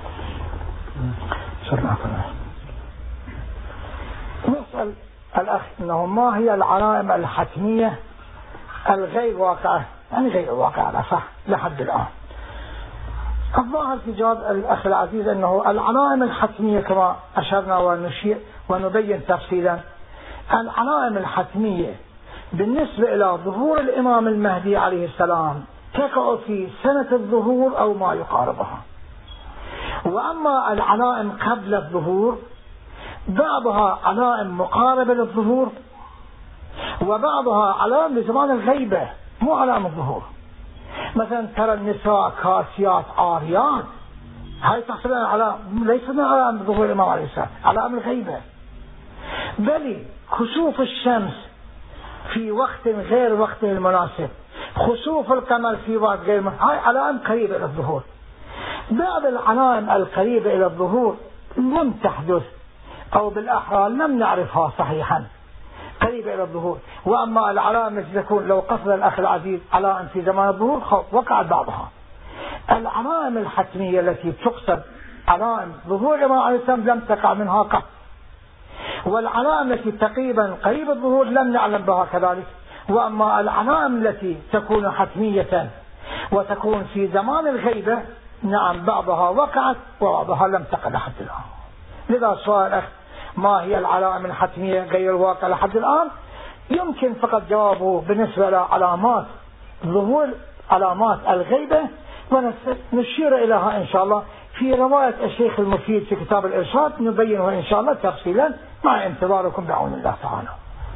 نسأل الأخ إنه ما هي العلائم الحتمية الغير واقعة، يعني غير واقعة على صح لحد الآن. الظاهر في جواب الأخ العزيز أنه العلائم الحتمية كما أشرنا ونشير ونبين تفصيلا، العلائم الحتمية بالنسبة إلى ظهور الإمام المهدي عليه السلام تقع في سنة الظهور أو ما يقاربها. وأما العلائم قبل الظهور بعضها علائم مقاربة للظهور وبعضها علائم لزمان الغيبة مو علائم الظهور. مثلا ترى النساء كاسيات عاريات، هاي تحصل على ليس من علائم ظهور الإمام عليه السلام، علائم الغيبة. بل خسوف الشمس في وقت غير وقته المناسب، خسوف القمر في وقت غير مناسب، هاي علائم قريبة إلى الظهور. بعض العلائم القريبة إلى الظهور لم تحدث أو بالأحرى لم نعرفها صحيحا قريبة إلى الظهور. وأما العلائم التي تكون لو قصد الأخ العزيز علائم في زمان الظهور وقعت بعضها. العلائم الحتمية التي تقصد علائم ظهور الإمام عليه السلام لم تقع منها قط، والعلائم التي تقريبا قريب الظهور لم نعلم بها كذلك. وأما العلائم التي تكون حتمية وتكون في زمان الغيبة نعم بعضها وقعت وبعضها لم تقع لحد الآن. لذا سؤال الأخ ما هي العلائم الحتمية غير الواقع لحد الآن، يمكن فقط جوابه بالنسبة لعلامات ظهور علامات الغيبة، ونشير إليها إن شاء الله في رواية الشيخ المفيد في كتاب الإرشاد، نبينها إن شاء الله تفصيلا مع انتظاركم بعون الله تعالى.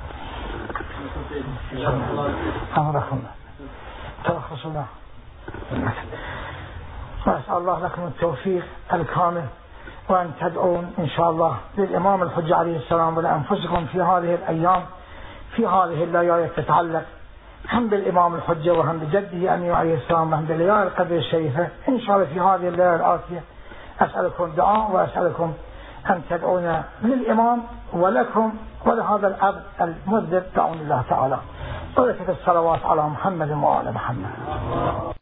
أمركم ترخص الله. وأسأل الله لكم التوفيق الكامل، وأن تدعون إن شاء الله للإمام الحجة عليه السلام ولأنفسكم في هذه الأيام في هذه الليالي تتعلق هم بالإمام الحجة وهم بجده أمير عليه السلام وهم بليالي القدر الشريفة إن شاء الله في هذه الليالي الآتية. أسألكم دعاء وأسألكم أن تدعون للإمام ولكم ولهذا العبد المذنب بعون الله تعالى. ولكن الصلوات على محمد وعلى محمد.